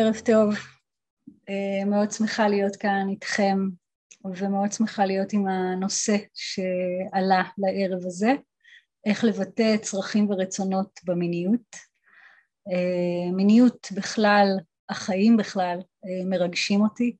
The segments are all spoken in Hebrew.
ערב טוב, מאוד שמחה להיות כאן איתכם ומאוד שמחה להיות עם הנושא שעלה לערב הזה, איך לבטא צרכים ורצונות במיניות. מיניות בכלל, החיים בכלל מרגשים אותי,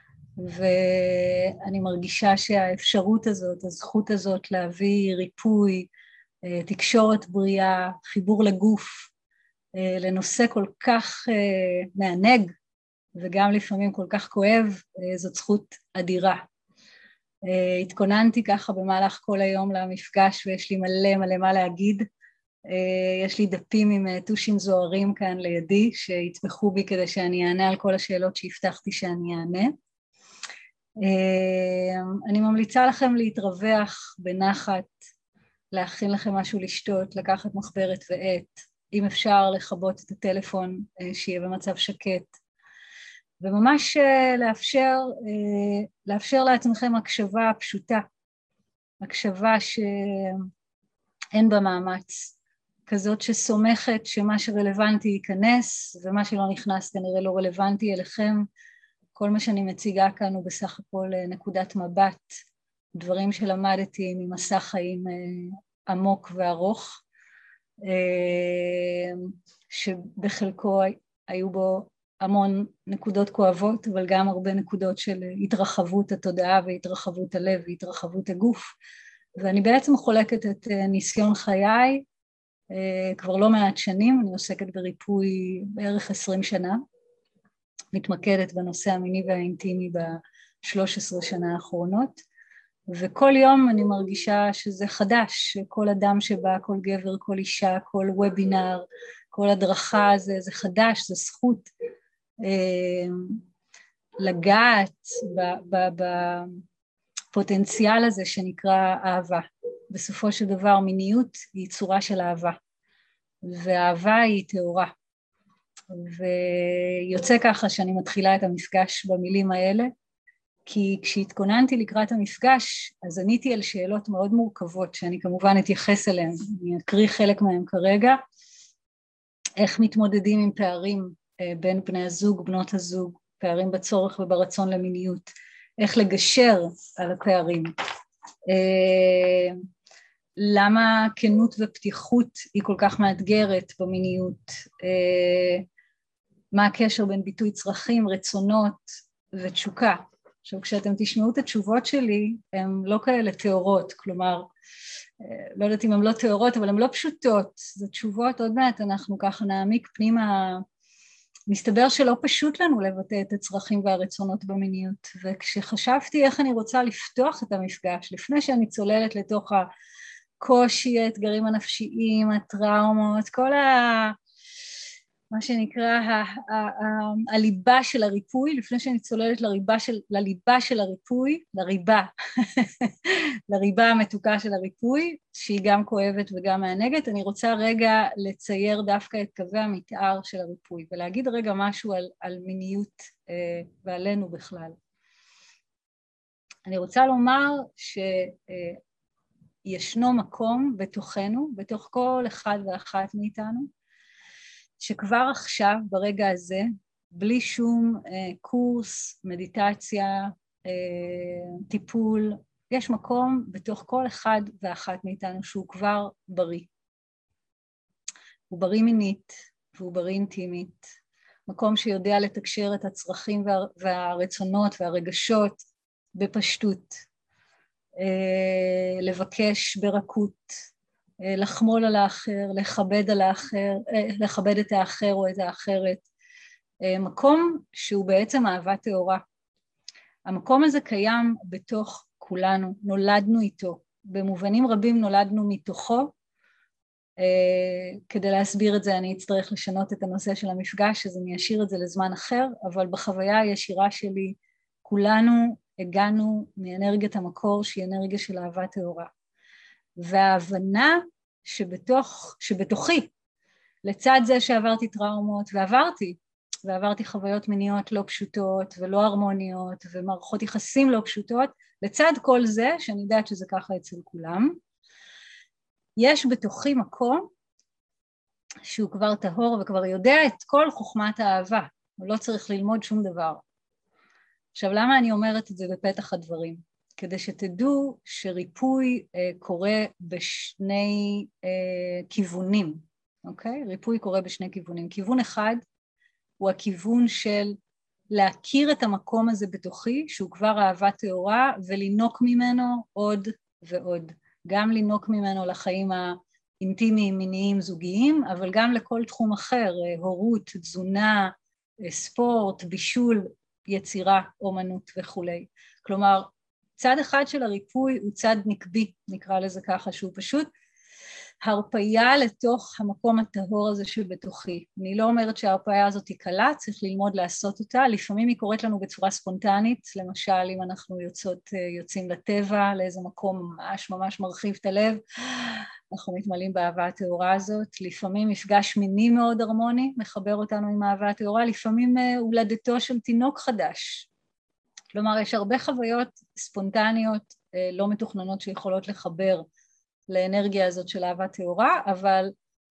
ואני מרגישה שהאפשרות הזאת, הזכות הזאת להביא ריפוי, תקשורת בריאה, חיבור לגוף, לנושא כל כך מענג וגם לפעמים כל כך כואב, זאת זכות אדירה. התכוננתי ככה במהלך כל היום למפגש ויש לי מלא מה להגיד. יש לי דפים עם טושים זוהרים כאן לידי שיתמכו בי כדי שאני אענה על כל השאלות שהבטחתי שאני אענה. אני ממליצה לכם להתרווח בנחת, להכין לכם משהו לשתות, לקחת מחברת ועט, אם אפשר לכבות את הטלפון שיהיה במצב שקט, וממש לאפשר לעצמכם הקשבה פשוטה, הקשבה שאין בה מאמץ, כזאת שסומכת שמה שרלוונטי ייכנס, ומה שלא נכנס כנראה לא רלוונטי אליכם. כל מה שאני מציגה כאן הוא בסך הכל נקודת מבט, דברים שלמדתי ממסע חיים עמוק וארוך, שבחלקו היו בו המון נקודות כואבות, אבל גם הרבה נקודות של התרחבות התודעה והתרחבות הלב והתרחבות הגוף, ואני בעצם חולקת את ניסיון חיי כבר לא מעט שנים. אני עוסקת בריפוי בערך 20 שנה, מתמקדת בנושא המיני והאינטימי ב-13 שנה האחרונות, וכל יום אני מרגישה שזה חדש, כל אדם שבא, כל גבר, כל אישה, כל וובינר, כל הדרכה, זה חדש, זה זכות לגעת בפוטנציאל הזה שנקרא אהבה. בסופו של דבר מיניות היא צורה של אהבה, והאהבה היא טהורה. ויוצא ככה שאני מתחילה את המפגש במילים האלה, כי כשהתכוננתי לקראת המפגש, אז עניתי על שאלות מאוד מורכבות, שאני כמובן אתייחס אליהן, אני אקריא חלק מהם כרגע. איך מתמודדים עם פערים בין בני הזוג, בנות הזוג, פערים בצורך וברצון למיניות, איך לגשר על הפערים, למה כנות ופתיחות היא כל כך מאתגרת במיניות, מה הקשר בין ביטוי צרכים, רצונות ותשוקה. עכשיו, כשאתם תשמעו את התשובות שלי, הן לא כאלה תיאורות, כלומר, לא יודעת אם הן לא תיאורות, אבל הן לא פשוטות. זה תשובות, עוד מעט אנחנו ככה נעמיק פנימה, מסתבר שלא פשוט לנו לבטא את הצרכים והרצונות במיניות, וכשחשבתי איך אני רוצה לפתוח את המפגש, לפני שאני צוללת לתוך הקושי, האתגרים הנפשיים, הטראומות, כל מה שנקרא הליבה של הריפוי, לפני שאני צוללת לליבה של הריפוי, לריבה המתוקה של הריפוי, שהיא גם כואבת וגם מענגת, אני רוצה רגע לצייר דווקא את קווי המתאר של הריפוי, ולהגיד רגע משהו על מיניות ועלינו בכלל. אני רוצה לומר שישנו מקום בתוכנו, בתוך כל אחד ואחת מאיתנו, שכבר עכשיו, ברגע הזה, בלי שום קורס, מדיטציה, טיפול, יש מקום בתוך כל אחד ואחת מאיתנו שהוא כבר בריא. הוא בריא מינית והוא בריא אינטימית. מקום שיודע לתקשר את הצרכים והרצונות והרגשות בפשטות. לבקש ברכות. לחמול על האחר, לכבד את האחר או את האחרת. מקום שהוא בעצם אהבה טהורה. המקום הזה קיים בתוך כולנו, נולדנו איתו. במובנים רבים נולדנו מתוכו. כדי להסביר את זה אני אצטרך לשנות את הנושא של המפגש, אז אני אשאיר את זה לזמן אחר, אבל בחוויה הישירה שלי כולנו הגענו מאנרגיית המקור שהיא אנרגיה של אהבה טהורה. וההבנה שבתוכי, לצד זה שעברתי טראומות, ועברתי חוויות מיניות לא פשוטות ולא הרמוניות, ומערכות יחסים לא פשוטות, לצד כל זה, שאני יודעת שזה ככה אצל כולם, יש בתוכי מקום שהוא כבר טהור וכבר יודע את כל חוכמת האהבה, הוא לא צריך ללמוד שום דבר. עכשיו, למה אני אומרת את זה בפתח הדברים? כדי שתדעו שריפוי קורה בשני כיוונים, אוקיי? ריפוי קורה בשני כיוונים. כיוון אחד הוא הכיוון של להכיר את המקום הזה בתוכי, שהוא כבר אהבה טהורה, ולינוק ממנו עוד ועוד. גם לינוק ממנו לחיים האינטימיים, מיניים, זוגיים, אבל גם לכל תחום אחר, הורות, תזונה, ספורט, בישול, יצירה, אומנות וכו'. כלומר, צד אחד של הריפוי הוא צד נקבי, נקרא לזה ככה, שהוא פשוט הרפאיה לתוך המקום הטהור הזה שבתוכי. אני לא אומרת שההרפאיה הזאת היא קלה, צריך ללמוד לעשות אותה, לפעמים היא קורית לנו בצורה ספונטנית, למשל אם אנחנו יוצאים לטבע, לאיזה מקום ממש מרחיב את הלב, אנחנו מתמלאים באהבה הטהורה הזאת, לפעמים מפגש מיני מאוד הרמוני, מחבר אותנו עם האהבה הטהורה, לפעמים הולדתו של תינוק חדש. כלומר, יש הרבה חוויות ספונטניות, לא מתוכננות שיכולות לחבר לאנרגיה הזאת של אהבה טהורה, אבל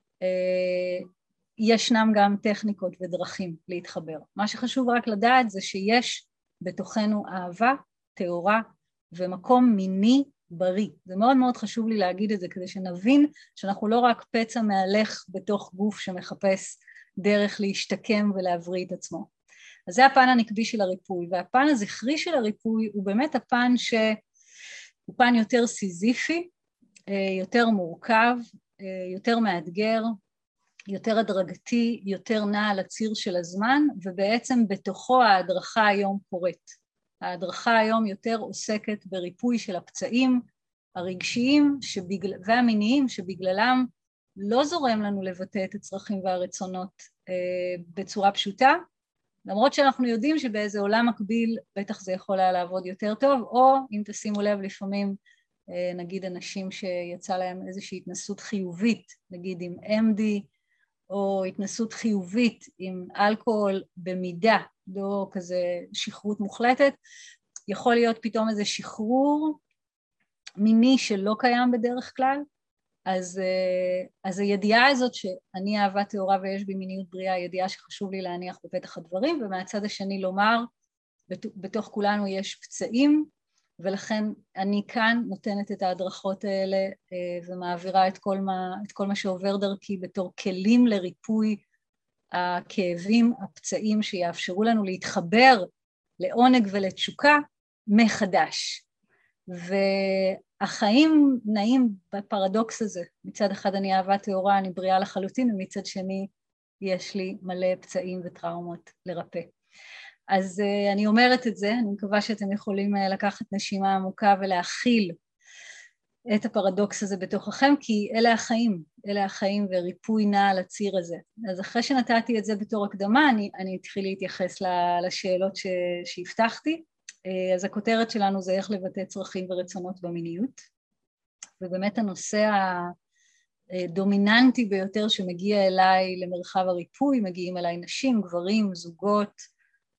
ישנם גם טכניקות ודרכים להתחבר. מה שחשוב רק לדעת זה שיש בתוכנו אהבה טהורה ומקום מיני בריא. זה מאוד מאוד חשוב לי להגיד את זה, כדי שנבין שאנחנו לא רק פצע מהלך בתוך גוף שמחפש דרך להשתקם ולהבריא את עצמו. אז זה הפן הנקבי של הריפוי, והפן הזכרי של הריפוי הוא באמת הפן שהוא פן יותר סיזיפי, יותר מורכב, יותר מאתגר, יותר הדרגתי, יותר נע על הציר של הזמן, ובעצם בתוכו ההדרכה היום קורית. ההדרכה היום יותר עוסקת בריפוי של הפצעים הרגשיים והמיניים שבגללם לא זורם לנו לבטא את הצרכים והרצונות בצורה פשוטה, למרות שאנחנו יודעים שבאיזה עולם מקביל בטח זה יכול היה לעבוד יותר טוב, או אם תשימו לב לפעמים נגיד אנשים שיצא להם איזושהי התנסות חיובית, נגיד עם MD, או התנסות חיובית עם אלכוהול במידה, לא כזה שחרות מוחלטת, יכול להיות פתאום איזה שחרור מיני שלא קיים בדרך כלל, אז הידיעה הזאת שאני אהבה טהורה ויש בי מיניות בריאה, הידיעה שחשוב לי להניח בפתח הדברים, ומהצד השני לומר, בתוך כולנו יש פצעים, ולכן אני כאן נותנת את ההדרכות האלה ומעבירה את כל מה שעובר דרכי בתור כלים לריפוי הכאבים, הפצעים שיאפשרו לנו להתחבר לעונג ולתשוקה מחדש. והחיים נעים בפרדוקס הזה. מצד אחד אני אהבה טהורה, אני בריאה לחלוטין, ומצד שני יש לי מלא פצעים וטראומות לרפא. אז אני אומרת את זה, אני מקווה שאתם יכולים לקחת נשימה עמוקה ולהכיל את הפרדוקס הזה בתוככם, כי אלה החיים וריפוי נע על הציר הזה. אז אחרי שנתתי את זה בתור הקדמה, אני אתחיל להתייחס לשאלות שהבטחתי. אז הכותרת שלנו זה איך לבטא צרכים ורצונות במיניות, ובאמת הנושא הדומיננטי ביותר שמגיע אליי למרחב הריפוי, מגיעים אליי נשים, גברים, זוגות,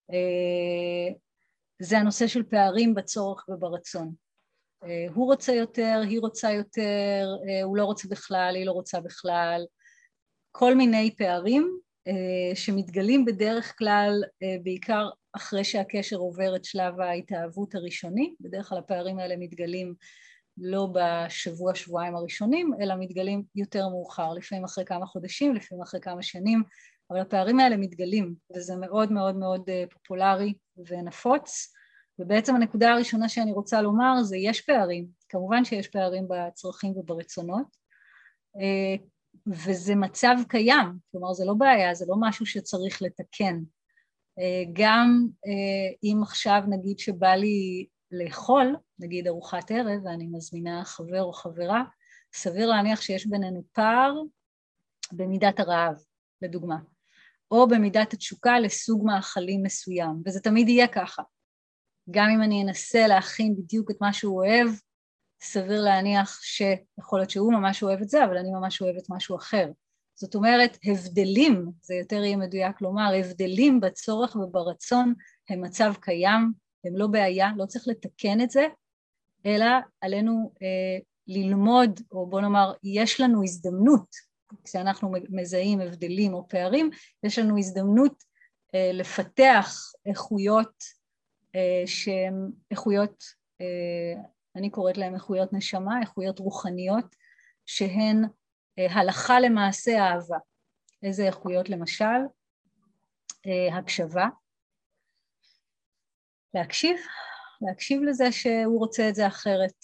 זה הנושא של פערים בצורך וברצון. הוא רוצה יותר, היא רוצה יותר, הוא לא רוצה בכלל, היא לא רוצה בכלל, כל מיני פערים שמתגלים בדרך כלל בעיקר אחרי שהקשר עובר את שלב ההתאהבות הראשוני, בדרך כלל הפערים האלה מתגלים לא בשבוע, שבועיים הראשונים, אלא מתגלים יותר מאוחר, לפעמים אחרי כמה חודשים, לפעמים אחרי כמה שנים, אבל הפערים האלה מתגלים, וזה מאוד מאוד מאוד פופולרי ונפוץ, ובעצם הנקודה הראשונה שאני רוצה לומר זה יש פערים, כמובן שיש פערים בצרכים וברצונות, וזה מצב קיים, כלומר זה לא בעיה, זה לא משהו שצריך לתקן. גם אם עכשיו נגיד שבא לי לאכול, נגיד ארוחת ערב, ואני מזמינה חבר או חברה, סביר להניח שיש בינינו פער במידת הרעב, לדוגמה, או במידת התשוקה לסוג מאכלים מסוים, וזה תמיד יהיה ככה. גם אם אני אנסה להכין בדיוק את מה שהוא אוהב, סביר להניח שיכול להיות שהוא ממש אוהב את זה, אבל אני ממש אוהבת משהו אחר. זאת אומרת, הבדלים, זה יותר יהיה מדויק לומר, הבדלים בצורך וברצון הם מצב קיים, הם לא בעיה, לא צריך לתקן את זה, אלא עלינו ללמוד, או בוא נאמר, יש לנו הזדמנות, כשאנחנו מזהים הבדלים או פערים, יש לנו הזדמנות לפתח איכויות שהן איכויות, אני קוראת להן איכויות נשמה, איכויות רוחניות, שהן הלכה למעשה אהבה. איזה איכויות למשל? הקשבה, להקשיב לזה שהוא רוצה את זה אחרת,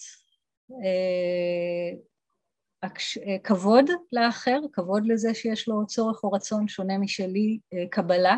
כבוד לאחר, כבוד לזה שיש לו צורך או רצון שונה משלי, קבלה,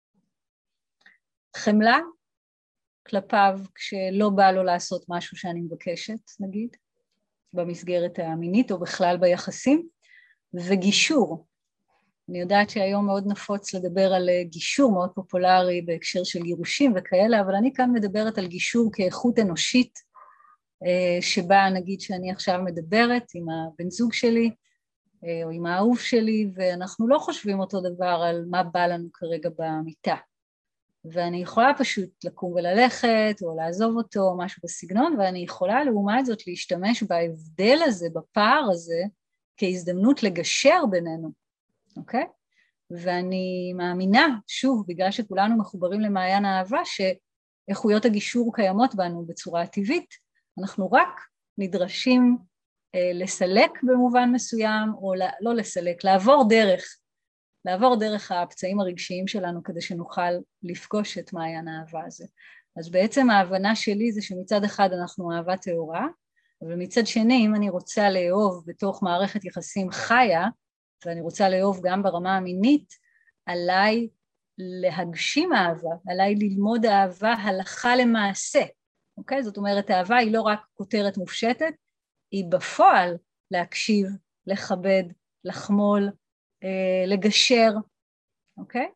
חמלה כלפיו כשלא בא לו לעשות משהו שאני מבקשת, נגיד, במסגרת המינית או בכלל ביחסים, וגישור. אני יודעת שהיום מאוד נפוץ לדבר על גישור, מאוד פופולרי בהקשר של גירושים וכאלה, אבל אני כאן מדברת על גישור כאיכות אנושית, שבה נגיד שאני עכשיו מדברת עם הבן זוג שלי, או עם האהוב שלי, ואנחנו לא חושבים אותו דבר על מה בא לנו כרגע במיטה. ואני יכולה פשוט לקום וללכת, או לעזוב אותו, או משהו בסגנון, ואני יכולה לעומת זאת להשתמש בהבדל הזה, בפער הזה, כהזדמנות לגשר בינינו, אוקיי? ואני מאמינה, שוב, בגלל שכולנו מחוברים למעיין האהבה, שאיכויות הגישור קיימות בנו בצורה טבעית, אנחנו רק נדרשים לסלק במובן מסוים, או לא לסלק, לעבור דרך הפצעים הרגשיים שלנו, כדי שנוכל לפגוש את מעיין האהבה הזה. אז בעצם ההבנה שלי זה שמצד אחד אנחנו אהבה טהורה, אבל מצד שני, אם אני רוצה לאהוב בתוך מערכת יחסים חיה, ואני רוצה לאהוב גם ברמה המינית, עליי להגשים אהבה, עליי ללמוד אהבה הלכה למעשה. אוקיי? זאת אומרת, אהבה היא לא רק כותרת מופשטת, היא בפועל להקשיב, לכבד, לחמול, לגשר, אוקיי?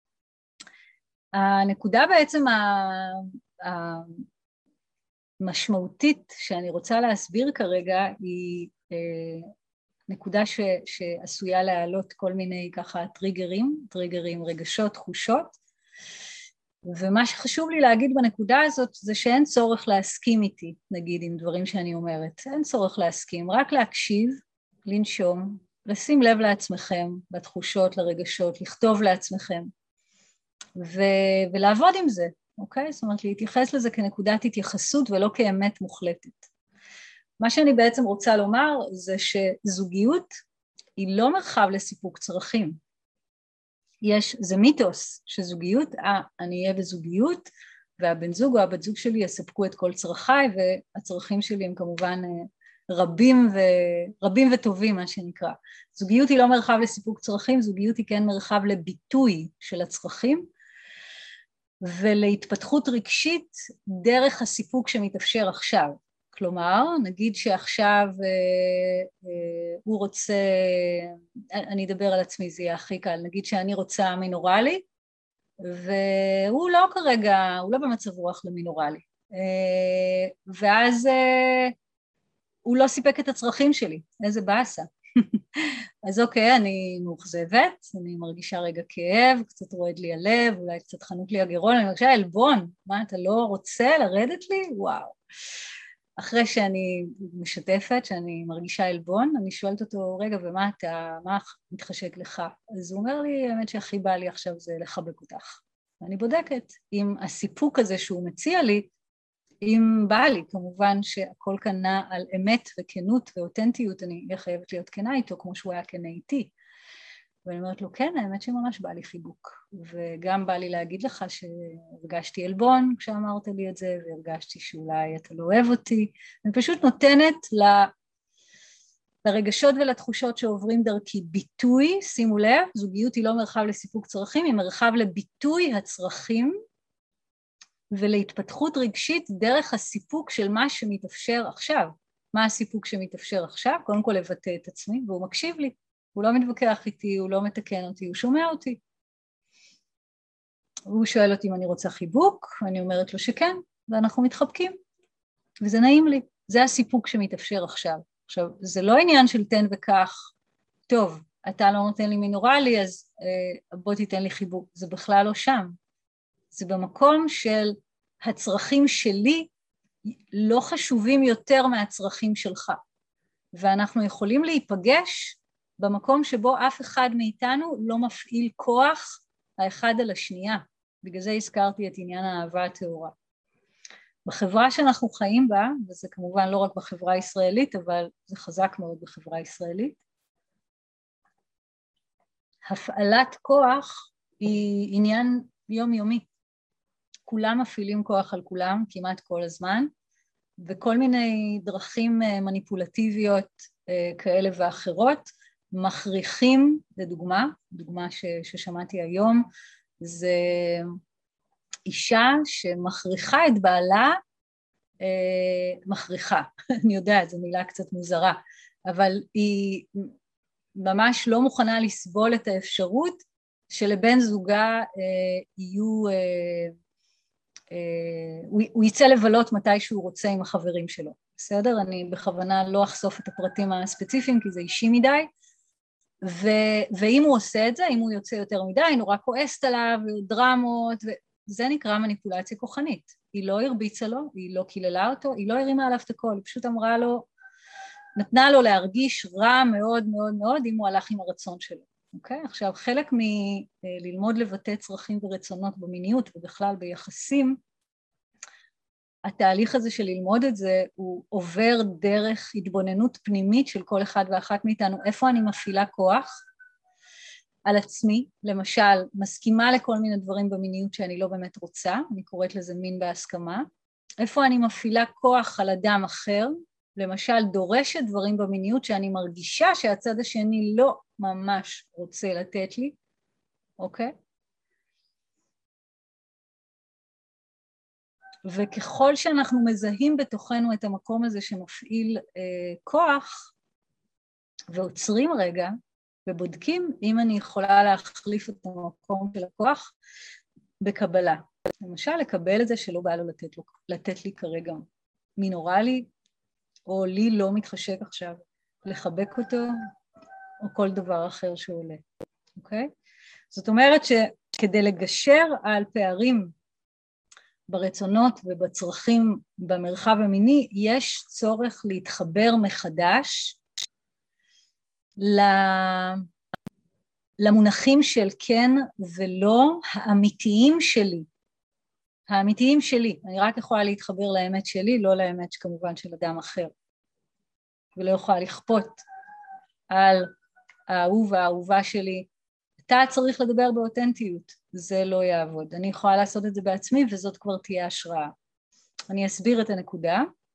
הנקודה בעצם המשמעותית שאני רוצה להסביר כרגע היא נקודה שעשויה להעלות כל מיני ככה טריגרים, רגשות, תחושות, ומה שחשוב לי להגיד בנקודה הזאת זה שאין צורך להסכים איתי, נגיד עם דברים שאני אומרת, אין צורך להסכים, רק להקשיב, לנשום, לשים לב לעצמכם, לתחושות, לרגשות, לכתוב לעצמכם, ולעבוד עם זה, אוקיי? זאת אומרת, להתייחס לזה כנקודת התייחסות ולא כאמת מוחלטת. מה שאני בעצם רוצה לומר זה שזוגיות היא לא מרחב לסיפוק צרכים. זה מיתוס שזוגיות, אני אהיה בזוגיות, והבן זוג או הבת זוג שלי יספקו את כל צרכיי, והצרכים שלי הם כמובן רבים וטובים, מה שנקרא. זוגיות היא לא מרחב לסיפוק צרכים, זוגיות היא כן מרחב לביטוי של הצרכים, ולהתפתחות רגשית דרך הסיפוק שמתאפשר עכשיו. כלומר, נגיד שעכשיו הוא רוצה, אני אדבר על עצמי, זה יהיה הכי קל, נגיד שאני רוצה מינורלי, והוא לא כרגע, הוא לא במצב רוח למינורלי, ואז הוא לא סיפק את הצרכים שלי, איזה באסה. אז אוקיי, אני מאוכזבת, אני מרגישה רגע כאב, קצת רועד לי הלב, אולי קצת חנוק לי הגרון, אני מרגישה אלבון, מה, אתה לא רוצה לרדת לי? וואו. אחרי שאני משתפת, שאני מרגישה אלבון, אני שואלת אותו, רגע, ומה מה מתחשק לך? אז הוא אומר לי, האמת שהכי בא לי עכשיו זה לחבק אותך. ואני בודקת אם הסיפוק הזה שהוא מציע לי, אם בא לי, כמובן שהכל כאן נע על אמת וכנות ואותנטיות, אני אהיה חייבת להיות כנה איתו, כמו שהוא היה כנה איתי. ואני אומרת לו, כן, האמת שממש בא לי חיבוק. וגם בא לי להגיד לך שהרגשתי אלבון כשאמרת לי את זה, והרגשתי שאולי אתה לא אוהב אותי. אני פשוט נותנת לרגשות ולתחושות שעוברים דרכי ביטוי, שימו לב, זוגיות היא לא מרחב לסיפוק צרכים, היא מרחב לביטוי הצרכים, ולהתפתחות רגשית דרך הסיפוק של מה שמתאפשר עכשיו. מה הסיפוק שמתאפשר עכשיו? קודם כל לבטא את עצמי, והוא מקשיב לי. הוא לא מתווכח איתי, הוא לא מתקן אותי, הוא שומע אותי. הוא שואל אותי אם אני רוצה חיבוק, אני אומרת לו שכן, ואנחנו מתחבקים. וזה נעים לי, זה הסיפוק שמתאפשר עכשיו. עכשיו, זה לא עניין של תן וכך, טוב, אתה לא נותן לי מינורלי, אז בוא תיתן לי חיבוק. זה בכלל לא שם. זה במקום של הצרכים שלי לא חשובים יותר מהצרכים שלך. ואנחנו יכולים להיפגש במקום שבו אף אחד מאיתנו לא מפעיל כוח האחד על השנייה. בגלל זה הזכרתי את עניין האהבה הטהורה. בחברה שאנחנו חיים בה, וזה כמובן לא רק בחברה הישראלית, אבל זה חזק מאוד בחברה הישראלית, הפעלת כוח היא עניין יומיומי. כולם מפעילים כוח על כולם כמעט כל הזמן, וכל מיני דרכים מניפולטיביות כאלה ואחרות, מכריחים, לדוגמה, דוגמה ששמעתי היום, זה אישה שמכריחה את בעלה, מכריחה, אני יודעת, זו מילה קצת מוזרה, אבל היא ממש לא מוכנה לסבול את האפשרות שלבן זוגה יהיו, הוא יצא לבלות מתי שהוא רוצה עם החברים שלו, בסדר? אני בכוונה לא אחשוף את הפרטים הספציפיים כי זה אישי מדי, ואם הוא עושה את זה, אם הוא יוצא יותר מדי, נורא כועסת עליו, דרמות, וזה נקרא מניפולציה כוחנית. היא לא הרביצה לו, היא לא קיללה אותו, היא לא הרימה עליו את הכל, היא פשוט אמרה לו, נתנה לו להרגיש רע מאוד מאוד מאוד אם הוא הלך עם הרצון שלו. אוקיי? עכשיו, חלק מללמוד לבטא צרכים ורצונות במיניות ובכלל ביחסים, התהליך הזה של ללמוד את זה הוא עובר דרך התבוננות פנימית של כל אחד ואחת מאיתנו, איפה אני מפעילה כוח על עצמי, למשל מסכימה לכל מיני דברים במיניות שאני לא באמת רוצה, אני קוראת לזה מין בהסכמה, איפה אני מפעילה כוח על אדם אחר, למשל דורשת דברים במיניות שאני מרגישה שהצד השני לא ממש רוצה לתת לי, אוקיי? וככל שאנחנו מזהים בתוכנו את המקום הזה שמפעיל כוח, ועוצרים רגע, ובודקים אם אני יכולה להחליף את המקום של הכוח בקבלה. למשל, לקבל את זה שלא בא לו לתת לי כרגע מינורלי, או לי לא מתחשק עכשיו, לחבק אותו, או כל דבר אחר שעולה. אוקיי? זאת אומרת שכדי לגשר על פערים ברצונות ובצרכים במרחב המיני, יש צורך להתחבר מחדש למונחים של כן ולא האמיתיים שלי. האמיתיים שלי, אני רק יכולה להתחבר לאמת שלי, לא לאמת כמובן של אדם אחר. ולא יכולה לכפות על האהוב והאהובה שלי, אתה צריך לדבר באותנטיות, זה לא יעבוד. אני יכולה לעשות את זה בעצמי וזאת כבר תהיה השראה. אני אסביר את הנקודה.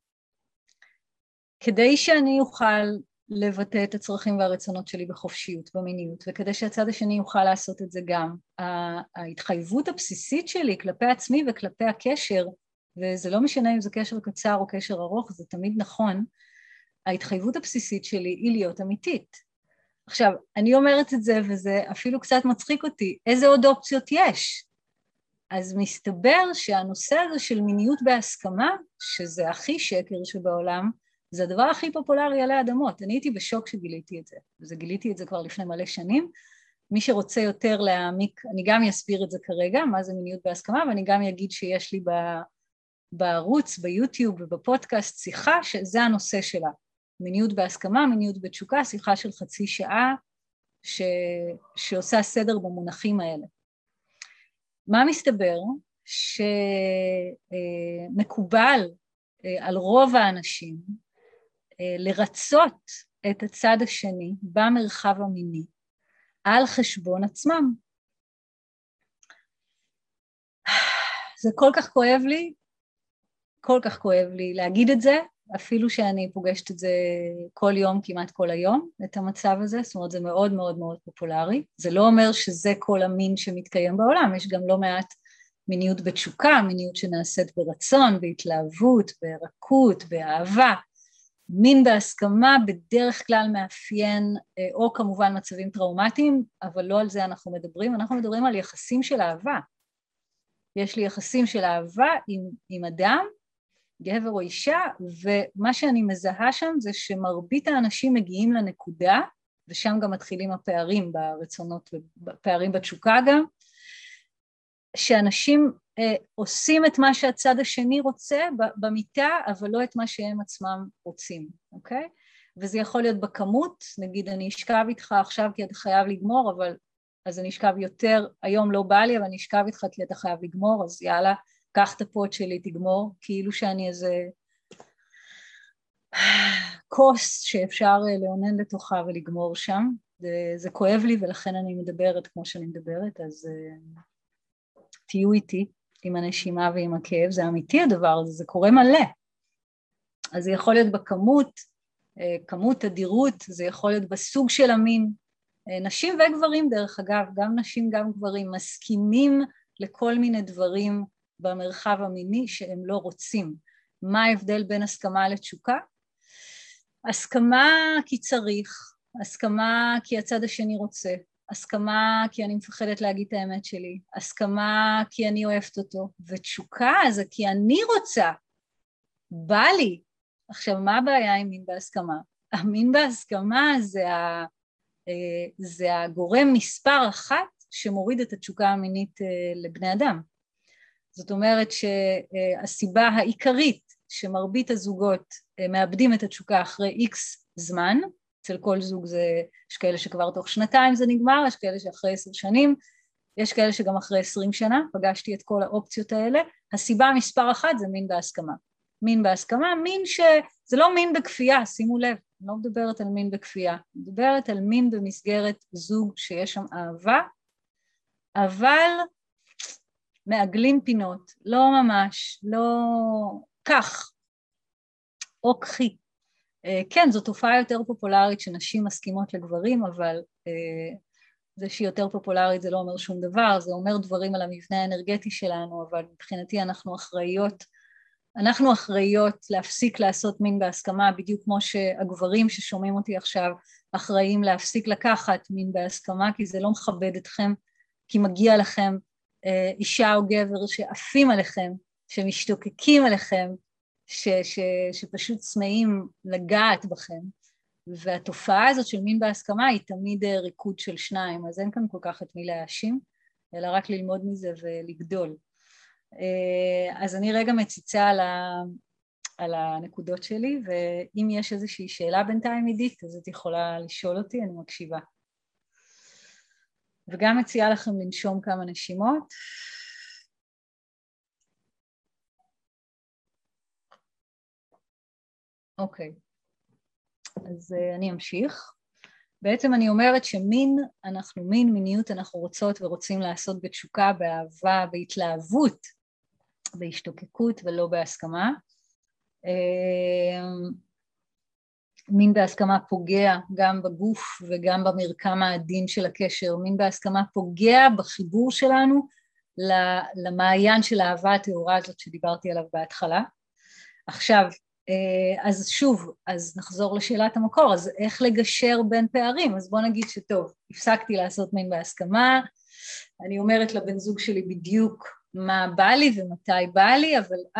כדי שאני אוכל לבטא את הצרכים והרצונות שלי בחופשיות, במיניות, וכדי שהצד השני יוכל לעשות את זה גם, ההתחייבות הבסיסית שלי כלפי עצמי וכלפי הקשר, וזה לא משנה אם זה קשר קצר או קשר ארוך, זה תמיד נכון, ההתחייבות הבסיסית שלי היא להיות אמיתית. עכשיו, אני אומרת את זה וזה אפילו קצת מצחיק אותי, איזה עוד אופציות יש? אז מסתבר שהנושא הזה של מיניות בהסכמה, שזה הכי שקר שבעולם, זה הדבר הכי פופולרי עלי אדמות. אני הייתי בשוק שגיליתי את זה, וגיליתי את זה כבר לפני מלא שנים. מי שרוצה יותר להעמיק, אני גם אסביר את זה כרגע, מה זה מיניות בהסכמה, ואני גם אגיד שיש לי בערוץ, ביוטיוב ובפודקאסט שיחה, שזה הנושא שלה. מיניות בהסכמה, מיניות בתשוקה, שיחה של חצי שעה, שעושה סדר במונחים האלה. מה מסתבר? שמקובל על רוב האנשים לרצות את הצד השני במרחב המיני על חשבון עצמם. זה כל כך כואב לי להגיד את זה, אפילו שאני פוגשת את זה כל יום, כמעט כל היום, את המצב הזה, זאת אומרת זה מאוד מאוד מאוד פופולרי, זה לא אומר שזה כל המין שמתקיים בעולם, יש גם לא מעט מיניות בתשוקה, מיניות שנעשית ברצון, בהתלהבות, ברכות, באהבה, מין בהסכמה בדרך כלל מאפיין, או כמובן מצבים טראומטיים, אבל לא על זה אנחנו מדברים, אנחנו מדברים על יחסים של אהבה, יש לי יחסים של אהבה עם אדם, גבר או אישה, ומה שאני מזהה שם זה שמרבית האנשים מגיעים לנקודה, ושם גם מתחילים הפערים ברצונות ופערים בתשוקה גם, שאנשים עושים את מה שהצד השני רוצה במיטה, אבל לא את מה שהם עצמם רוצים, אוקיי? וזה יכול להיות בכמות, נגיד אני אשכב איתך עכשיו כי אתה חייב לגמור, אבל אז אני אשכב יותר, היום לא בא לי, אבל אני אשכב איתך כי אתה חייב לגמור, אז יאללה, קח את הפוט שלי, תגמור, כאילו שאני איזה כוס שאפשר לאונן לתוכה ולגמור שם, זה כואב לי ולכן אני מדברת כמו שאני מדברת, אז תהיו איתי עם הנשימה ועם הכאב, זה אמיתי הדבר הזה, זה קורה מלא, אז זה יכול להיות בכמות, כמות תדירות, זה יכול להיות בסוג של המין, נשים וגברים דרך אגב, גם נשים גם גברים מסכימים לכל מיני דברים במרחב המיני שהם לא רוצים. מה ההבדל בין הסכמה לתשוקה? הסכמה כי צריך, הסכמה כי הצד השני רוצה, הסכמה כי אני מפחדת להגיד את האמת שלי, הסכמה כי אני אוהבת אותו, ותשוקה זה כי אני רוצה, בא לי. עכשיו מה הבעיה עם מין בהסכמה? המין בהסכמה זה הגורם מספר אחת שמוריד את התשוקה המינית לבני אדם. זאת אומרת שהסיבה העיקרית שמרבית הזוגות מאבדים את התשוקה אחרי איקס זמן, אצל כל זוג יש כאלה שכבר תוך 2 זה נגמר, יש כאלה שאחרי 10 שנים, יש כאלה שגם אחרי 20 שנה, פגשתי את כל האופציות האלה, הסיבה מספר אחת זה מין בהסכמה. מין בהסכמה, מין זה לא מין בכפייה, שימו לב, אני לא מדברת על מין בכפייה, אני מדברת על מין במסגרת זוג שיש שם אהבה, אבל מעגלים פינות, לא ממש, לא כך, או קחי. כן, זו תופעה יותר פופולרית שנשים מסכימות לגברים, אבל זה שהיא יותר פופולרית זה לא אומר שום דבר, זה אומר דברים על המבנה האנרגטי שלנו, אבל מבחינתי אנחנו אחראיות להפסיק לעשות מין בהסכמה, בדיוק כמו שהגברים ששומעים אותי עכשיו אחראים להפסיק לקחת מין בהסכמה, כי זה לא מכבד אתכם, כי מגיע לכם אישה או גבר שעפים עליכם, שמשתוקקים עליכם, שפשוט צמאים לגעת בכם, והתופעה הזאת של מין בהסכמה היא תמיד ריקוד של 2, אז אין כאן כל כך את מי להאשים, אלא רק ללמוד מזה ולגדול. אז אני רגע מציצה על הנקודות שלי, ואם יש איזושהי שאלה בינתיים עידית, אז את יכולה לשאול אותי, אני מקשיבה. וגם מציעה לכם לנשום כמה נשימות. אוקיי, אז אני אמשיך. בעצם אני אומרת מיניות אנחנו רוצות ורוצים לעשות בתשוקה, באהבה, בהתלהבות, בהשתוקקות ולא בהסכמה. מין בהסכמה פוגע גם בגוף וגם במרקם העדין של הקשר, מין בהסכמה פוגע בחיבור שלנו למעיין של האהבה הטהורה הזאת שדיברתי עליו בהתחלה. עכשיו, אז שוב, אז נחזור לשאלת המקור, אז איך לגשר בין פערים? אז בוא נגיד שטוב, הפסקתי לעשות מין בהסכמה, אני אומרת לבן זוג שלי בדיוק מה בא לי ומתי בא לי,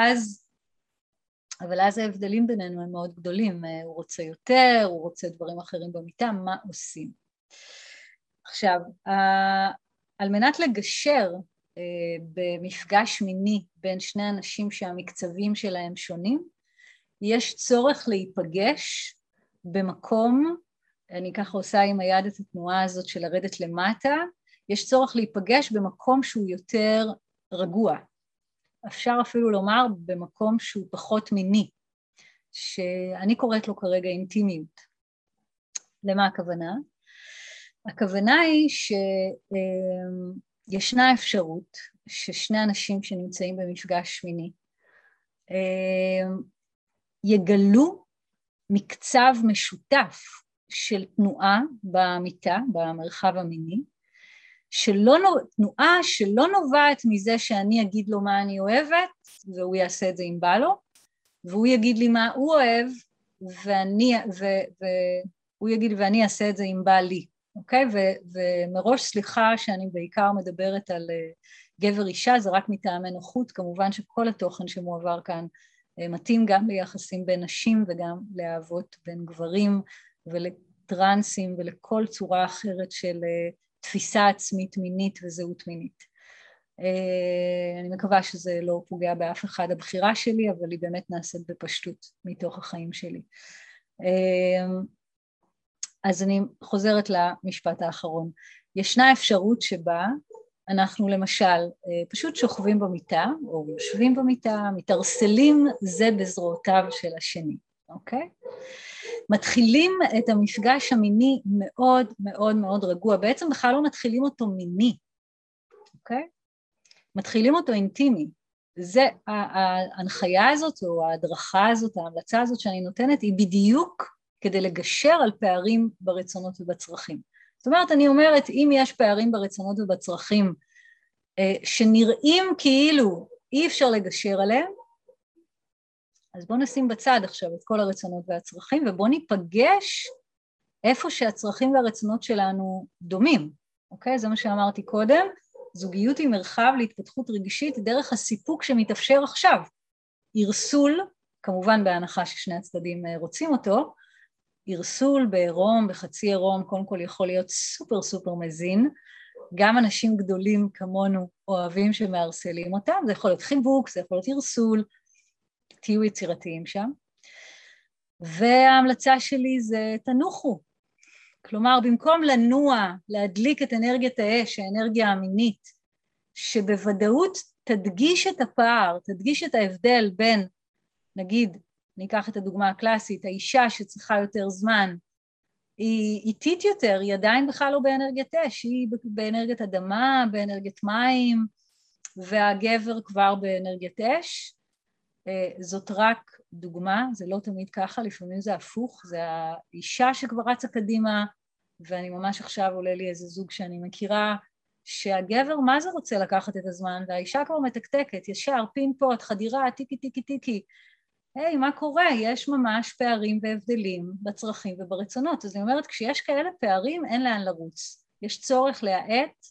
אבל אז ההבדלים בינינו הם מאוד גדולים, הוא רוצה יותר, הוא רוצה דברים אחרים במיטה, מה עושים? עכשיו, על מנת לגשר במפגש מיני בין שני אנשים שהמקצבים שלהם שונים, יש צורך להיפגש במקום, אני ככה עושה עם היד את התנועה הזאת של לרדת למטה, יש צורך להיפגש במקום שהוא יותר רגוע. אפשר אפילו לומר במקום שהוא פחות מיני, שאני קוראת לו כרגע אינטימיות. למה הכוונה? הכוונה היא שישנה אפשרות ששני אנשים שנמצאים במפגש מיני, יגלו מקצב משותף של תנועה במיטה, במרחב המיני, תנועה שלא נובעת מזה שאני אגיד לו מה אני אוהבת, והוא יעשה את זה אם בא לו, והוא יגיד לי מה הוא אוהב, והוא יגיד לי ואני אעשה את זה אם בא לי, אוקיי? ומראש סליחה שאני בעיקר מדברת על גבר אישה, זה רק מטעמי נוחות, כמובן שכל התוכן שמועבר כאן מתאים גם ליחסים בין נשים וגם לאהבות בין גברים ולטרנסים ולכל צורה אחרת של תפיסה עצמית מינית וזהות מינית. אני מקווה שזה לא פוגע באף אחד הבחירה שלי, אבל היא באמת נעשית בפשטות מתוך החיים שלי. אז אני חוזרת למשפט האחרון. ישנה אפשרות שבה אנחנו למשל פשוט שוכבים במיטה, או יושבים במיטה, מתרסלים זה בזרועותיו של השני, אוקיי? מתחילים את המפגש המיני מאוד מאוד מאוד רגוע, בעצם בכלל לא מתחילים אותו מיני, אוקיי? מתחילים אותו אינטימי. זה, ההנחיה הזאת או ההדרכה הזאת, ההמלצה הזאת שאני נותנת, היא בדיוק כדי לגשר על פערים ברצונות ובצרכים. זאת אומרת, אני אומרת, אם יש פערים ברצונות ובצרכים שנראים כאילו אי אפשר לגשר עליהם, אז בואו נשים בצד עכשיו את כל הרצונות והצרכים, ובואו ניפגש איפה שהצרכים והרצונות שלנו דומים, אוקיי? זה מה שאמרתי קודם, זוגיות היא מרחב להתפתחות רגשית דרך הסיפוק שמתאפשר עכשיו. ערסול, כמובן בהנחה ששני הצדדים רוצים אותו, ערסול בעירום, בחצי עירום, קודם כל יכול להיות סופר סופר מזין, גם אנשים גדולים כמונו אוהבים שמארסלים אותם, זה יכול להיות חיבוק, זה יכול להיות ערסול, תהיו יצירתיים שם. וההמלצה שלי זה תנוחו. כלומר, במקום לנוע, להדליק את אנרגיית האש, האנרגיה המינית, שבוודאות תדגיש את הפער, תדגיש את ההבדל בין, נגיד, ניקח את הדוגמה הקלאסית, האישה שצריכה יותר זמן, היא איטית יותר, היא עדיין בכלל לא באנרגיית אש, היא באנרגיית אדמה, באנרגיית מים, והגבר כבר באנרגיית אש. זאת רק דוגמה, זה לא תמיד ככה, לפעמים זה הפוך, זה האישה שכבר רצה קדימה, ואני ממש עכשיו עולה לי איזה זוג שאני מכירה, שהגבר מה זה רוצה לקחת את הזמן, והאישה כבר מתקתקת, ישר, פינפוט, חדירה, טיקי טיקי טיקי, היי, מה קורה? יש ממש פערים והבדלים בצרכים וברצונות, אז אני אומרת, כשיש כאלה פערים, אין לאן לרוץ, יש צורך להאט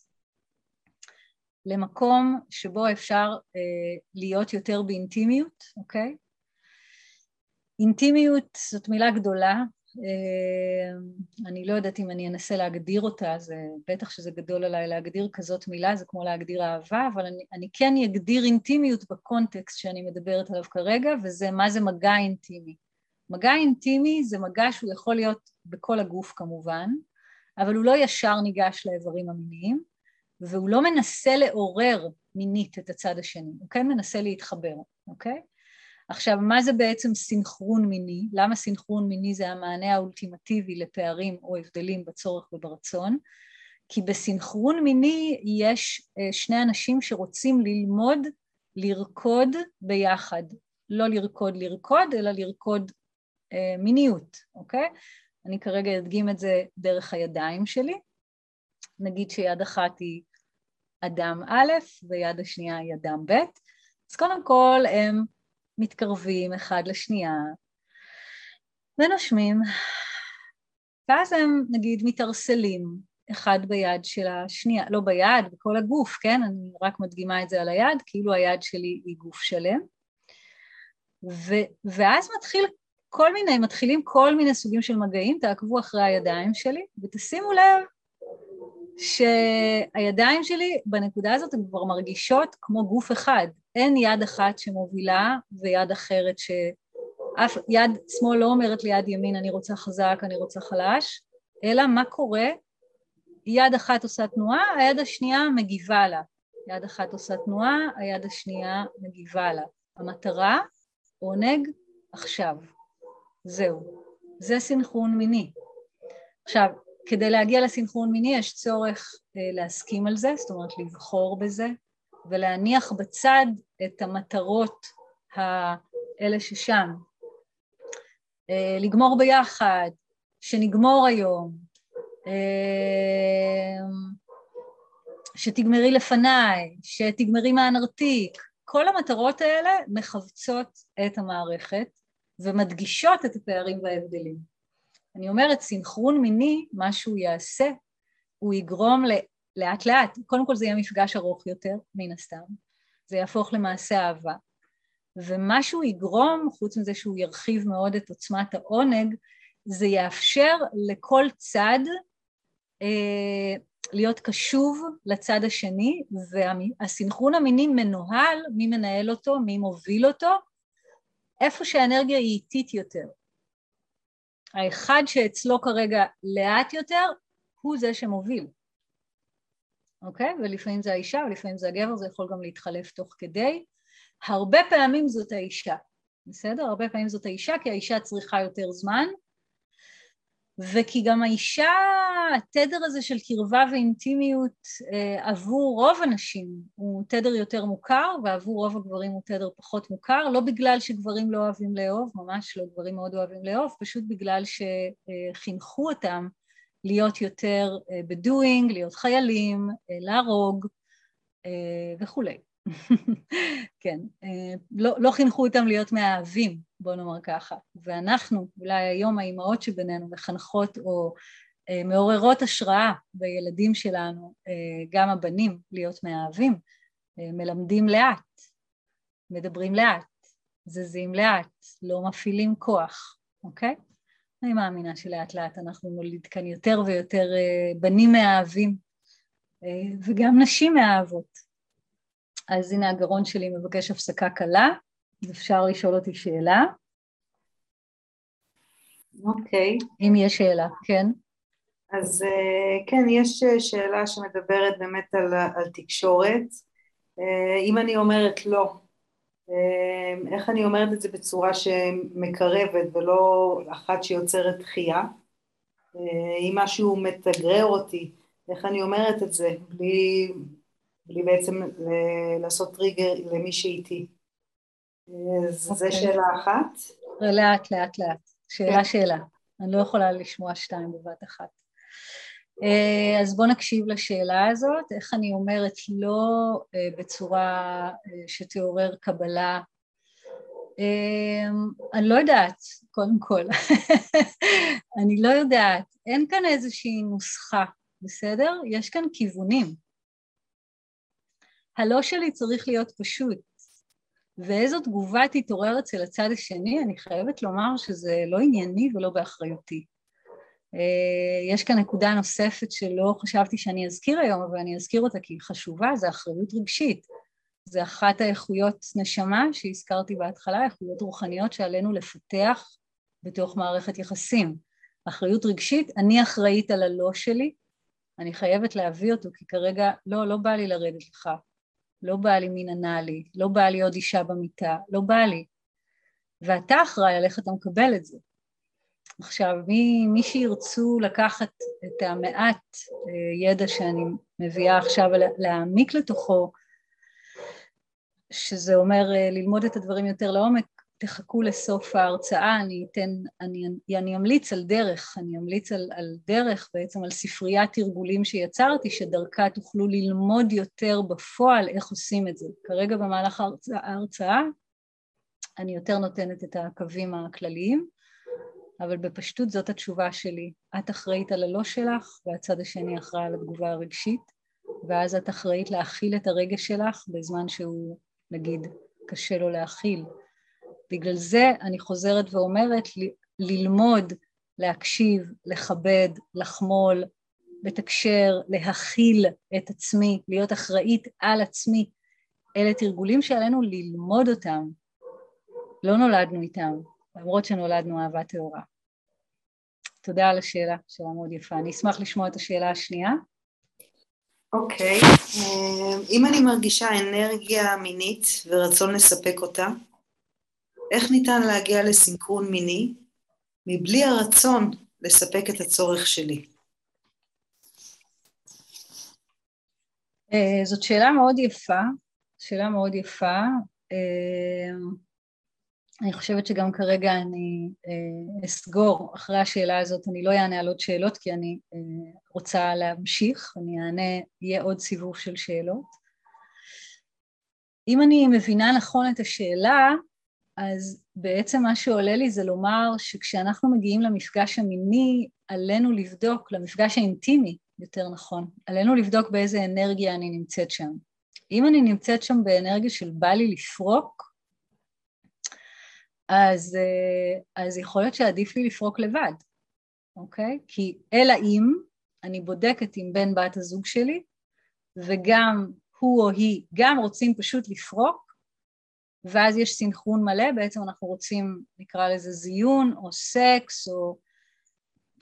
למקום שבו אפשר להיות יותר באינטימיות, אוקיי? אינטימיות זאת מילה גדולה, אני לא יודעת אם אני אנסה להגדיר אותה, זה בטח שזה גדול עליי להגדיר כזאת מילה, זה כמו להגדיר אהבה, אבל אני כן אגדיר אינטימיות בקונטקסט שאני מדברת עליו כרגע, וזה מה זה מגע אינטימי. מגע אינטימי זה מגע שהוא יכול להיות בכל הגוף כמובן, אבל הוא לא ישר ניגש לאיברים המיניים, והוא לא מנסה לעורר מינית את הצד השני, הוא כן מנסה להתחבר, אוקיי? עכשיו, מה זה בעצם סינכרון מיני? למה סינכרון מיני זה המענה האולטימטיבי לפערים או הבדלים בצורך וברצון? כי בסינכרון מיני יש שני אנשים שרוצים ללמוד לרקוד ביחד. לא לרקוד, אלא לרקוד מיניות, אוקיי? אני כרגע אדגים את זה דרך הידיים שלי. נגיד שיד אחת היא אדם א' ויד השנייה היא אדם ב'. אז קודם כל הם מתקרבים אחד לשנייה ונושמים, ואז הם נגיד מתרסלים אחד ביד של השנייה, לא ביד, בכל הגוף, כן? אני רק מדגימה את זה על היד, כאילו היד שלי היא גוף שלם, ואז מתחילים כל מיני סוגים של מגעים, תעקבו אחרי הידיים שלי, ותשימו לב שהידיים שלי בנקודה הזאת הן כבר מרגישות כמו גוף אחד, אין יד אחת שמובילה ויד אחרת יד שמאל לא אומרת ליד ימין אני רוצה חזק, אני רוצה חלש, אלא מה קורה? יד אחת עושה תנועה, היד השנייה מגיבה לה, יד אחת עושה תנועה, היד השנייה מגיבה לה. המטרה, עונג עכשיו, זהו, זה סינכרון מיני. עכשיו, כדי להגיע לסינכרון מיני יש צורך להסכים על זה, זאת אומרת לבחור בזה, ולהניח בצד את המטרות האלה ששם. לגמור ביחד, שנגמור היום, שתגמרי לפניי, שתגמרי מהנרתיק, כל המטרות האלה מחבצות את המערכת ומדגישות את הפערים וההבדלים. אני אומרת, סינכרון מיני, מה שהוא יעשה, הוא יגרום לאט לאט, קודם כל זה יהיה מפגש ארוך יותר, מן הסתם, זה יהפוך למעשה אהבה, ומה שהוא יגרום, חוץ מזה שהוא ירחיב מאוד את עוצמת העונג, זה יאפשר לכל צד להיות קשוב לצד השני, והסינכרון המיני מנוהל, מי מנהל אותו, מי מוביל אותו, איפה שהאנרגיה היא איטית יותר. האחד שאצלו כרגע לאט יותר, הוא זה שמוביל. אוקיי? ולפעמים זה האישה, ולפעמים זה הגבר, זה יכול גם להתחלף תוך כדי. הרבה פעמים זאת האישה, בסדר? הרבה פעמים זאת האישה, כי האישה צריכה יותר זמן, וכי גם האישה, התדר הזה של קרבה ואינטימיות עבור רוב הנשים הוא תדר יותר מוכר, ועבור רוב הגברים הוא תדר פחות מוכר, לא בגלל שגברים לא אוהבים לאהוב, ממש לא, גברים מאוד אוהבים לאהוב, פשוט בגלל שחינכו אותם להיות יותר בדואינג, להיות חיילים, להרוג וכולי. כן, לא חינכו אותם להיות מאהבים, בוא נאמר ככה, ואנחנו, אולי היום האימהות שבינינו מחנכות או מעוררות השראה בילדים שלנו, גם הבנים להיות מאהבים, מלמדים לאט, מדברים לאט, זזים לאט, לא מפעילים כוח, אוקיי? אני מאמינה שלאט לאט אנחנו נוליד כאן יותר ויותר בנים מאהבים, וגם נשים מאהבות. אז הנה הגרון שלי מבקש הפסקה קלה, אפשר לשאול אותי שאלה. אוקיי. אם יש שאלה, כן. אז כן, יש שאלה שמדברת באמת על תקשורת. אם אני אומרת לא, איך אני אומרת את זה בצורה שמקרבת ולא אחת שיוצרת דחייה? אם משהו מתגרר אותי, איך אני אומרת את זה בלי בעצם לעשות טריגר למי שאיתי? זו שאלה אחת. לאט, לאט, לאט. שאלה. אני לא יכולה לשמוע שתיים בבת אחת. אז בוא נקשיב לשאלה הזאת, איך אני אומרת לא בצורה שתעורר קבלה. אני לא יודעת, קודם כל. אני לא יודעת. אין כאן איזושהי נוסחה, בסדר? יש כאן כיוונים. הלא שלי צריך להיות פשוט. ואיזו תגובה תתעורר אצל הצד השני, אני חייבת לומר שזה לא ענייני ולא באחריותי. יש כאן נקודה נוספת שלא חשבתי שאני אזכיר היום, אבל אני אזכיר אותה כי היא חשובה, זה אחריות רגשית. זה אחת האיכויות נשמה שהזכרתי בהתחלה, איכויות רוחניות שעלינו לפתח בתוך מערכת יחסים. אחריות רגשית, אני אחראית על הלא שלי, אני חייבת להביא אותו, כי כרגע לא בא לי לרדת לך. לא בא לי מין ענה לי, לא בא לי עוד אישה במיטה, לא בא לי. ואתה אחראי על איך אתה מקבל את זה. עכשיו, מי שירצו לקחת את המעט ידע שאני מביאה עכשיו להעמיק לתוכו, שזה אומר ללמוד את הדברים יותר לעומק, תחכו לסוף ההרצאה, אני אמליץ על דרך, אני אמליץ על דרך, בעצם על ספריית תרגולים שיצרתי, שדרכה תוכלו ללמוד יותר בפועל איך עושים את זה. כרגע במהלך ההרצאה, אני יותר נותנת את הקווים הכלליים, אבל בפשטות זאת התשובה שלי. את אחראית על הלא שלך, והצד השני אחראי על התגובה הרגשית, ואז את אחראית להכיל את הרגש שלך, בזמן שהוא, נגיד, קשה לו להכיל. בגלל זה אני חוזרת ואומרת ללמוד, להקשיב, לכבד, לחמול, לתקשר, להכיל את עצמי, להיות אחראית על עצמי. אלה תרגולים שעלינו ללמוד אותם. לא נולדנו איתם, למרות שנולדנו אהבה טהורה. תודה על השאלה, שאלה מאוד יפה. אני אשמח לשמוע את השאלה השנייה. אוקיי. אם אני מרגישה אנרגיה מינית ורצון לספק אותה, איך ניתן להגיע לסינכרון מיני מבלי הרצון לספק את הצורך שלי? זאת שאלה מאוד יפה, שאלה מאוד יפה. אני חושבת שגם כרגע אני אסגור אחרי השאלה הזאת, אני לא אענה על עוד שאלות, כי אני רוצה להמשיך, אני אענה, יהיה עוד סיבוב של שאלות. אם אני מבינה נכון את השאלה, אז בעצם מה שעולה לי זה לומר שכשאנחנו מגיעים למפגש המיני, עלינו לבדוק, למפגש האינטימי, יותר נכון, עלינו לבדוק באיזה אנרגיה אני נמצאת שם. אם אני נמצאת שם באנרגיה של בא לי לפרוק, אז יכול להיות שעדיף לי לפרוק לבד, אוקיי? כי אלא אם אני בודקת עם בן בת הזוג שלי, וגם הוא או היא גם רוצים פשוט לפרוק, ואז יש סינכרון מלא, בעצם אנחנו רוצים, נקרא לזה זיון או סקס, או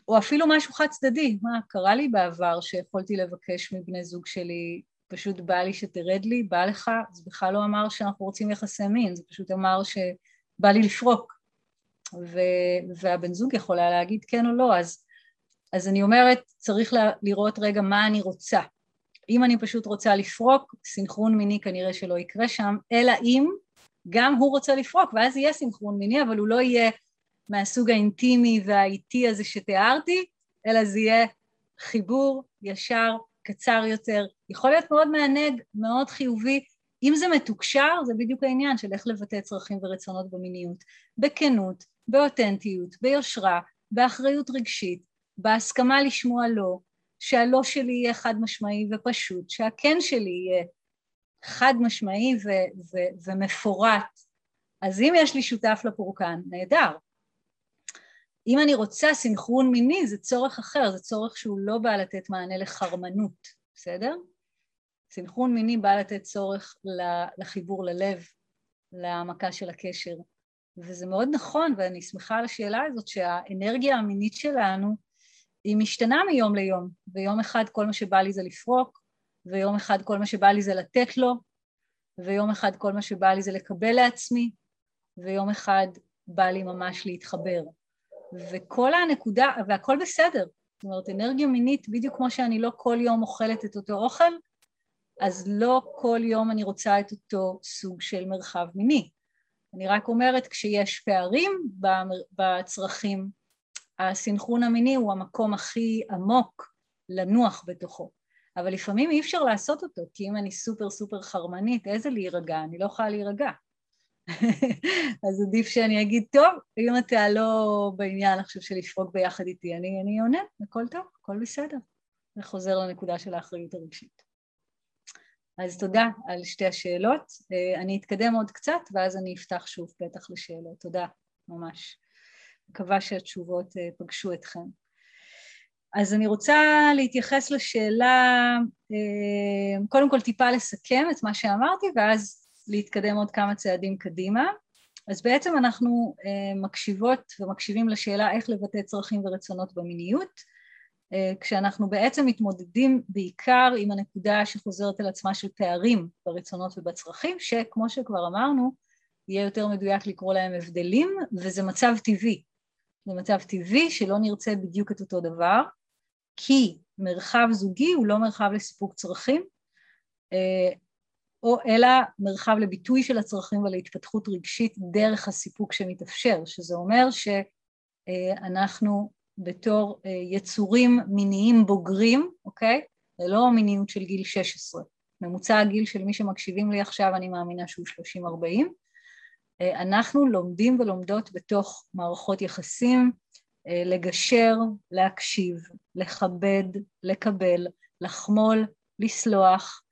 או אפילו משהו חד צדדי, מה קרה לי בעבר שיכולתי לבקש מבני זוג שלי, פשוט בא לי שתרד לי, בא לך, זה בכלל לא אמר שאנחנו רוצים יחסי מין, זה פשוט אמר שבא לי לפרוק, והבן זוג יכול היה להגיד כן או לא, אז אני אומרת, צריך לראות רגע מה אני רוצה. אם אני פשוט רוצה לפרוק, סינכרון מיני כנראה שלא יקרה שם, אלא אם גם הוא רוצה לפרוק, ואז יהיה סינכרון מיני, אבל הוא לא יהיה מהסוג האינטימי והאיטי הזה שתיארתי, אלא זה יהיה חיבור ישר, קצר יותר, יכול להיות מאוד מענג, מאוד חיובי, אם זה מתוקשר, זה בדיוק העניין של איך לבטא צרכים ורצונות במיניות, בכנות, באותנטיות, ביושרה, באחריות רגשית, בהסכמה לשמוע לא, שהלא שלי יהיה חד משמעי ופשוט, שהכן שלי יהיה חד משמעי ומפורט. אז אם יש לי שותף לפורקן, נהדר. אם אני רוצה סינכרון מיני, זה צורך אחר, זה צורך שהוא לא בא לתת מענה לחרמנות, בסדר? סינכרון מיני בא לתת צורך לחיבור ללב, להעמקה של הקשר. וזה מאוד נכון, ואני שמחה על השאלה הזאת, שהאנרגיה המינית שלנו היא משתנה מיום ליום, ויום אחד כל מה שבא לי זה לפרוק, ויום אחד כל מה שבא לי זה לתת לו, ויום אחד כל מה שבא לי זה לקבל לעצמי, ויום אחד בא לי ממש להתחבר. וכל הנקודה, והכל בסדר, זאת אומרת, אנרגיה מינית, בדיוק כמו שאני לא כל יום אוכלת את אותו אוכל, אז לא כל יום אני רוצה את אותו סוג של מרחב מיני. אני רק אומרת, כשיש פערים בצרכים, הסינכרון המיני הוא המקום הכי עמוק לנוח בתוכו. אבל לפעמים אי אפשר לעשות אותו, כי אם אני סופר סופר חרמנית, איזה להירגע? אני לא יכולה להירגע. אז עדיף שאני אגיד, טוב, אם אתה לא בעניין עכשיו של לפרוק ביחד איתי, אני עונה, הכל טוב, הכל בסדר. וחוזר לנקודה של האחריות הרגשית. אז תודה על שתי השאלות. אני אתקדם עוד קצת, ואז אני אפתח שוב פתח לשאלות. תודה, ממש. מקווה שהתשובות פגשו אתכם. אז אני רוצה להתייחס לשאלה, קודם כל טיפה לסכם את מה שאמרתי, ואז להתקדם עוד כמה צעדים קדימה. אז בעצם אנחנו מקשיבות ומקשיבים לשאלה איך לבטא צרכים ורצונות במיניות, כשאנחנו בעצם מתמודדים בעיקר עם הנקודה שחוזרת על עצמה של פערים ברצונות ובצרכים, שכמו שכבר אמרנו, יהיה יותר מדויק לקרוא להם הבדלים, וזה מצב טבעי. זה מצב טבעי שלא נרצה בדיוק את אותו דבר, כי מרחב זוגי הוא לא מרחב לסיפוק צרכים, אלא מרחב לביטוי של הצרכים ולהתפתחות רגשית דרך הסיפוק שמתאפשר, שזה אומר שאנחנו בתור יצורים מיניים בוגרים, אוקיי? זה לא מיניות של גיל 16. ממוצע הגיל של מי שמקשיבים לי עכשיו, אני מאמינה שהוא 30-40. אנחנו לומדים ולומדות בתוך מערכות יחסים, לגשר, להקשיב, לכבד, לקבל, לחמול, לסלוח,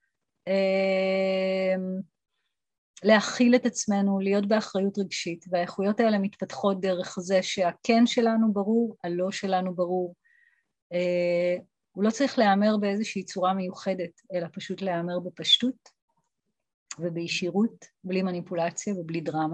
להכיל את עצמנו, להיות באחריות רגשית, והאיכויות האלה מתפתחות דרך זה שהכן שלנו ברור, הלא שלנו ברור. הוא לא צריך להיאמר באיזושהי צורה מיוחדת, אלא פשוט להיאמר בפשטות ובישירות, בלי מניפולציה ובלי דרמה.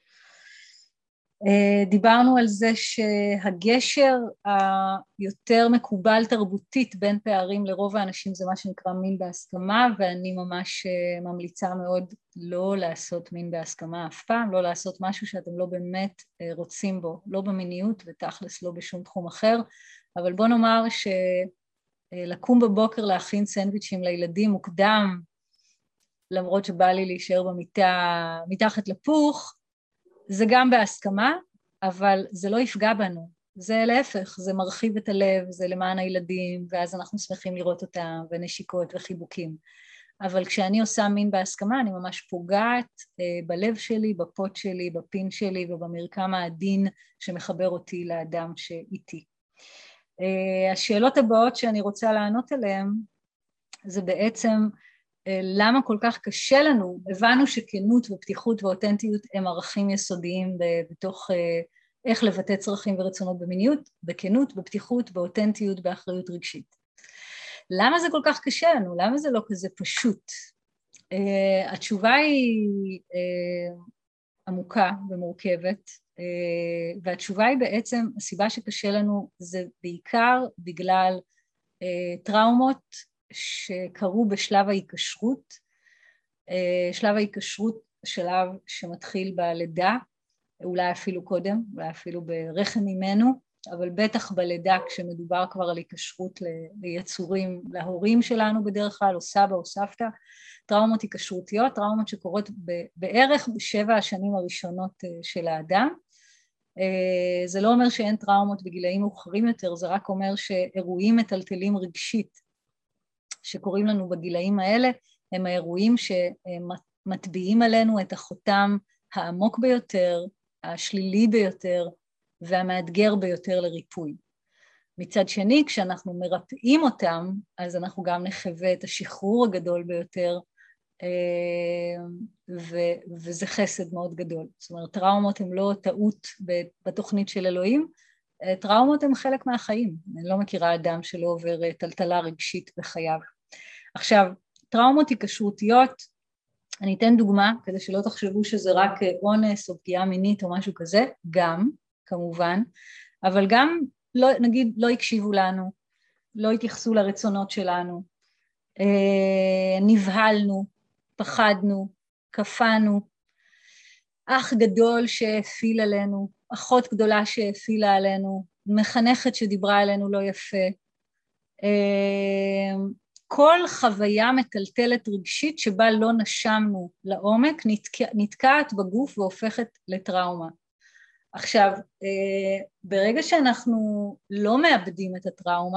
דיברנו על זה שהגשר היותר מקובל תרבותית בין פערים לרוב האנשים זה מה שנקרא מין בהסכמה, ואני ממש ממליצה מאוד לא לעשות מין בהסכמה אף פעם, לא לעשות משהו שאתם לא באמת רוצים בו, לא במיניות ותכלס לא בשום תחום אחר, אבל בוא נאמר שלקום בבוקר להכין סנדוויצ'ים לילדים מוקדם, למרות שבא לי להישאר במיטה מתחת לפוך, זה גם בהסכמה, אבל זה לא יפגע בנו. זה להפך, זה מרחיב את הלב, זה למען הילדים, ואז אנחנו שמחים לראות אותם, ונשיקות וחיבוקים. אבל כשאני עושה מין בהסכמה, אני ממש פוגעת בלב שלי, בפות שלי, בפין שלי, ובמרקם העדין שמחבר אותי לאדם שאיתי. השאלות הבאות שאני רוצה לענות עליהן, זה בעצם, למה כל כך קשה לנו? הבנו שכנות ופתיחות ואותנטיות הם ערכים יסודיים בתוך איך לבטא צרכים ורצונות במיניות, בכנות, בפתיחות, באותנטיות, באחריות רגשית. למה זה כל כך קשה לנו? למה זה לא כזה פשוט? התשובה היא עמוקה ומורכבת, והתשובה היא בעצם, הסיבה שקשה לנו זה בעיקר בגלל טראומות שקרו בשלב ההיקשרות. שלב ההיקשרות, שלב שמתחיל בלידה, אולי אפילו קודם, אולי אפילו ברחם ממנו, אבל בטח בלידה כשמדובר כבר על היקשרות ליצורים, להורים שלנו בדרך כלל, או סבא או סבתא, טראומות היקשרותיות, טראומות שקורות בערך ב7 השנים הראשונות של האדם. זה לא אומר שאין טראומות בגילאים מאוחרים יותר, זה רק אומר שאירועים מטלטלים רגשית שקורים לנו בגילאים האלה, הם האירועים שמטביעים עלינו את החותם העמוק ביותר, השלילי ביותר והמאתגר ביותר לריפוי. מצד שני, כשאנחנו מרפאים אותם, אז אנחנו גם נחווה את השחרור הגדול ביותר, וזה חסד מאוד גדול. זאת אומרת, טראומות הן לא טעות בתוכנית של אלוהים, טראומות הן חלק מהחיים. אני לא מכירה אדם שלא עובר טלטלה רגשית בחייו. עכשיו, טראומות היקשרותיות, אני אתן דוגמה, כדי שלא תחשבו שזה רק אונס או פגיעה מינית או משהו כזה, גם, כמובן, אבל גם, נגיד, לא הקשיבו לנו, לא התייחסו לרצונות שלנו, נבהלנו, פחדנו, קפאנו, אח גדול שהפיל עלינו, אחות גדולה שהפילה עלינו, מחנכת שדיברה עלינו לא יפה, כל חוויה מטלטלת רגשית שבה לא נשמנו לעומק, נתקעת בגוף והופכת לטראומה. עכשיו, ברגע שאנחנו לא מאבדים את הטראומה,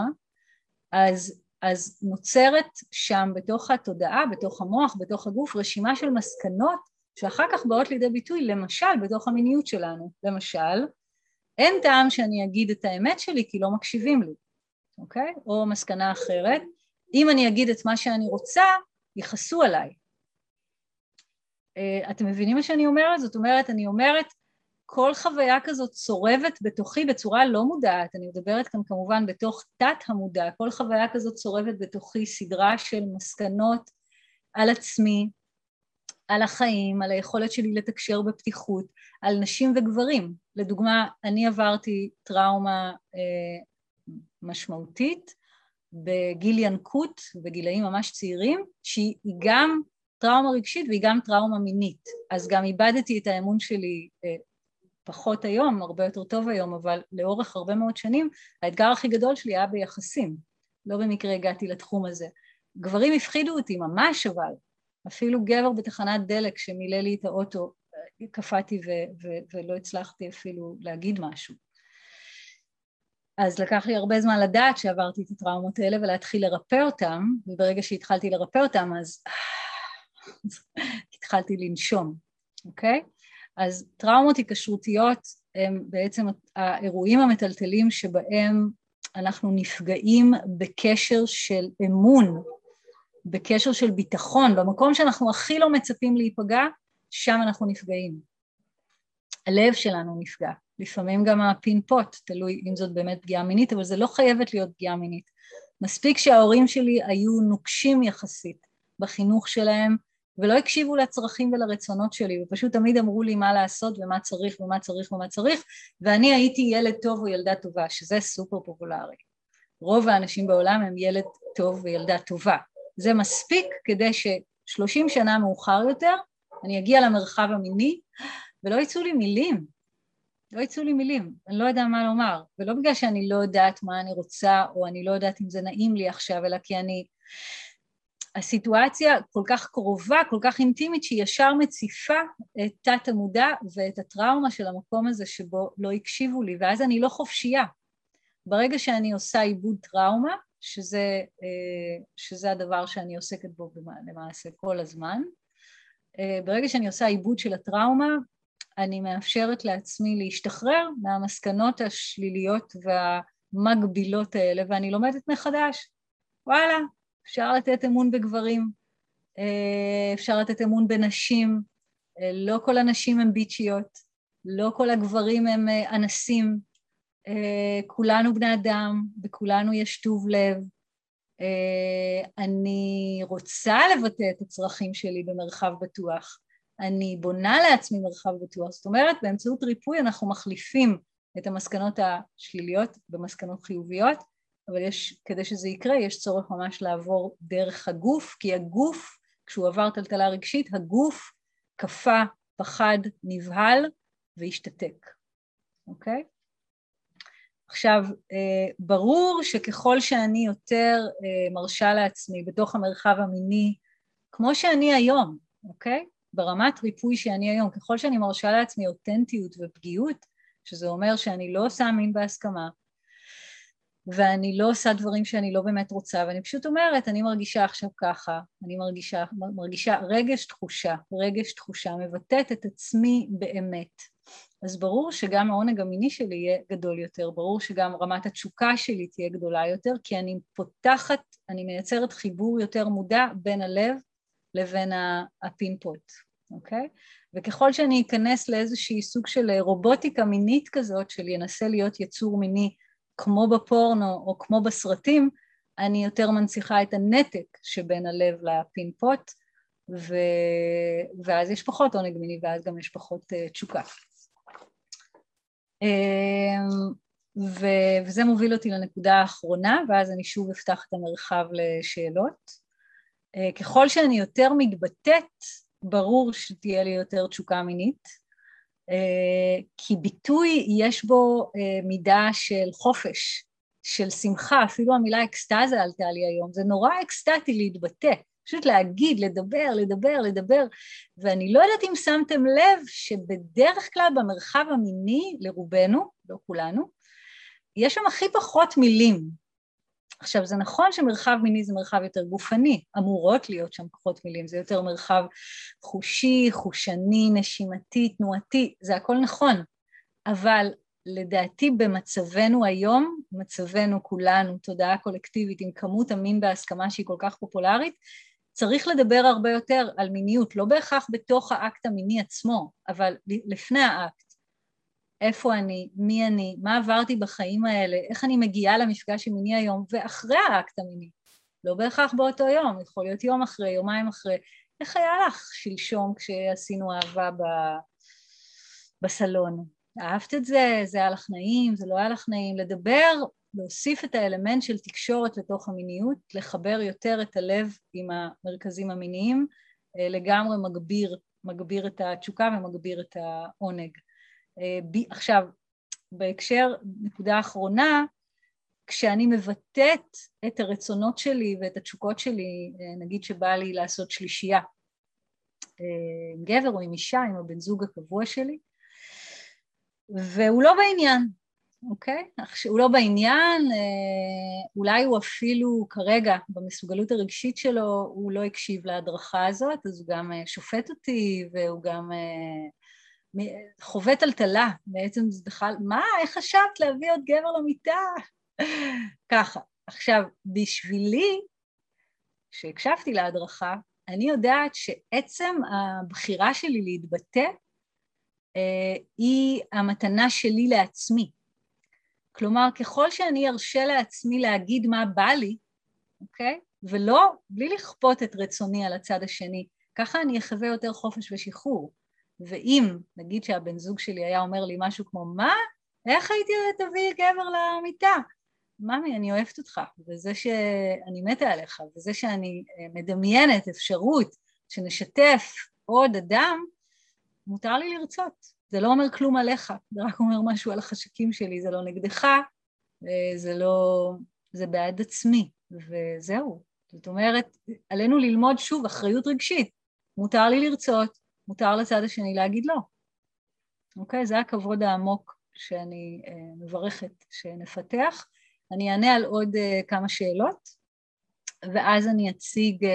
אז נוצרת שם בתוך התודעה, בתוך המוח, בתוך הגוף, רשימה של מסקנות שאחר כך באות לידי ביטוי, למשל, בתוך המיניות שלנו. למשל, אין טעם שאני אגיד את האמת שלי כי לא מקשיבים לי, אוקיי? או מסקנה אחרת, אם אני אגיד את מה שאני רוצה, יכעסו עליי. אתם מבינים מה שאני אומרת? זאת אומרת, אני אומרת, כל חוויה כזאת צורבת בתוכי בצורה לא מודעת, אני מדברת כאן כמובן בתוך תת המודע, כל חוויה כזאת צורבת בתוכי סדרה של מסקנות על עצמי, על החיים, על היכולת שלי לתקשר בפתיחות, על נשים וגברים. לדוגמה, אני עברתי טראומה משמעותית, בגיל ינקות, בגילאים ממש צעירים, שהיא גם טראומה רגשית והיא גם טראומה מינית. אז גם איבדתי את האמון שלי פחות היום, הרבה יותר טוב היום, אבל לאורך הרבה מאוד שנים, האתגר הכי גדול שלי היה ביחסים. לא במקרה הגעתי לתחום הזה. גברים הפחידו אותי ממש, אבל אפילו גבר בתחנת דלק שמילא לי את האוטו, קפאתי ולא הצלחתי אפילו להגיד משהו. אז לקח לי הרבה זמן לדעת שעברתי את הטראומות האלה ולהתחיל לרפא אותם, וברגע שהתחלתי לרפא אותם אז התחלתי לנשום, אוקיי? אז טראומות היקשרותיות הם בעצם האירועים המטלטלים שבהם אנחנו נפגעים בקשר של אמון, בקשר של ביטחון, במקום שאנחנו הכי לא מצפים להיפגע, שם אנחנו נפגעים. הלב שלנו נפגע. לפעמים גם הפינפוט, תלוי אם זאת באמת פגיעה מינית, אבל זה לא חייבת להיות פגיעה מינית. מספיק שההורים שלי היו נוקשים יחסית בחינוך שלהם, ולא הקשיבו לצרכים ולרצונות שלי, ופשוט תמיד אמרו לי מה לעשות ומה צריך ומה צריך ומה צריך, ואני הייתי ילד טוב או ילדה טובה, שזה סופר פופולרי. רוב האנשים בעולם הם ילד טוב וילדה טובה. זה מספיק כדי ש30 שנה מאוחר יותר, אני אגיע למרחב המיני, ולא יצאו לי מילים. לא יצאו לי מילים, אני לא יודע מה לומר, ולא בגלל שאני לא יודעת מה אני רוצה, או אני לא יודעת אם זה נעים לי עכשיו, אלא כי הסיטואציה כל כך קרובה, כל כך אינטימית, שהיא ישר מציפה את תת המודע ואת הטראומה של המקום הזה שבו לא הקשיבו לי, ואז אני לא חופשייה. ברגע שאני עושה עיבוד טראומה, שזה הדבר שאני עוסקת בו למעשה כל הזמן, ברגע שאני עושה עיבוד של הטראומה, אני מאפשרת לעצמי להשתחרר מהמסקנות השליליות והמגבילות האלה, ואני לומדת מחדש. וואלה, אפשר לתת אמון בגברים, אפשר לתת אמון בנשים, לא כל הנשים הן ביצ'יות, לא כל הגברים הם אנסים, כולנו בני אדם, בכולנו יש טוב לב, אני רוצה לבטא את הצרכים שלי במרחב בטוח, אני בונה לעצמי מרחב בטוח. זאת אומרת, באמצעות ריפוי אנחנו מחליפים את המסקנות השליליות במסקנות חיוביות, אבל כדי שזה יקרה, יש צורך ממש לעבור דרך הגוף, כי הגוף, כשהוא עבר טלטלה רגשית, הגוף קפא, פחד, נבהל והשתתק. אוקיי? עכשיו, ברור שככל שאני יותר מרשה לעצמי בתוך המרחב המיני, כמו שאני היום, אוקיי? ברמת ריפוי שאני היום, ככל שאני מרשה לעצמי אותנטיות ופגיעות, שזה אומר שאני לא עושה מין בהסכמה, ואני לא עושה דברים שאני לא באמת רוצה, ואני פשוט אומרת, אני מרגישה עכשיו ככה, אני מרגישה רגש תחושה, מבטאת את עצמי באמת. אז ברור שגם העונג המיני שלי יהיה גדול יותר, ברור שגם רמת התשוקה שלי תהיה גדולה יותר, כי אני פותחת, אני מייצרת חיבור יותר מודע בין הלב לבין הפינפוט, אוקיי? וככל שאני אכנס לאיזושהי סוג של רובוטיקה מינית כזאת, של ינסה להיות יצור מיני כמו בפורנו או כמו בסרטים, אני יותר מנציחה את הנתק שבין הלב לפינפוט, ואז יש פחות עונג מיני, ואז גם יש פחות תשוקה. וזה מוביל אותי לנקודה האחרונה, ואז אני שוב אפתח את המרחב לשאלות. ככל שאני יותר מתבטאת, ברור שתהיה לי יותר תשוקה מינית, כי ביטוי יש בו מידה של חופש, של שמחה, אפילו המילה אקסטזה עלתה לי היום, זה נורא אקסטטי להתבטא, פשוט להגיד, לדבר, ואני לא יודעת אם שמתם לב שבדרך כלל במרחב המיני לרובנו, לא כולנו, יש שם הכי פחות מילים. עכשיו זה נכון שמרחב מיני זה מרחב יותר גופני, אמורות להיות שם פחות מילים, זה יותר מרחב חושי, חושני, נשימתי, תנועתי, זה הכל נכון, אבל לדעתי במצבנו היום, מצבנו כולנו, תודעה קולקטיבית עם כמות המין בהסכמה שהיא כל כך פופולרית, צריך לדבר הרבה יותר על מיניות, לא בהכרח בתוך האקט המיני עצמו, אבל לפני האקט. איפה אני, מי אני, מה עברתי בחיים האלה, איך אני מגיעה למפגש המיני היום, ואחרי האקט המיני. לא בהכרח באותו יום, יכול להיות יום אחרי, יומיים אחרי. איך היה לך שלשום כשעשינו אהבה בסלון? אהבת את זה? זה היה לך נעים? זה לא היה לך נעים? לדבר, להוסיף את האלמנט של תקשורת לתוך המיניות, לחבר יותר את הלב עם המרכזים המיניים, לגמרי מגביר את התשוקה ומגביר את העונג. עכשיו, בהקשר, נקודה האחרונה, כשאני מבטאת את הרצונות שלי ואת התשוקות שלי, נגיד שבא לי לעשות שלישייה, עם גבר או עם אישה, עם הבן זוג הקבוע שלי, והוא לא בעניין, אוקיי? הוא לא בעניין, אולי הוא אפילו כרגע במסוגלות הרגשית שלו, הוא לא הקשיב להדרכה הזאת, אז הוא גם שופט אותי והוא גם חווה טלטלה, בעצם זה בכלל, מה, איך חשבת להביא עוד גבר למיטה? ככה. עכשיו, בשבילי, כשהקשבתי להדרכה, אני יודעת שעצם הבחירה שלי להתבטא, היא המתנה שלי לעצמי. כלומר, ככל שאני ארשה לעצמי להגיד מה בא לי, אוקיי? ולא, בלי לכפות את רצוני על הצד השני, ככה אני אחווה יותר חופש ושחרור. ואם, נגיד שהבן זוג שלי היה אומר לי משהו כמו, מה? איך הייתי תביא גבר למיטה? ממי, אני אוהבת אותך, וזה שאני מתה עליך, וזה שאני מדמיינת אפשרות שנשתף עוד אדם, מותר לי לרצות. זה לא אומר כלום עליך, זה רק אומר משהו על החשקים שלי, זה לא נגדך, זה בעד עצמי, וזהו. זאת אומרת, עלינו ללמוד שוב אחריות רגשית, מותר לי לרצות, מותר לצד השני להגיד לא. אוקיי? זה הכבוד העמוק שאני מברכת שנפתח. אני אענה על עוד כמה שאלות, ואז אני אציג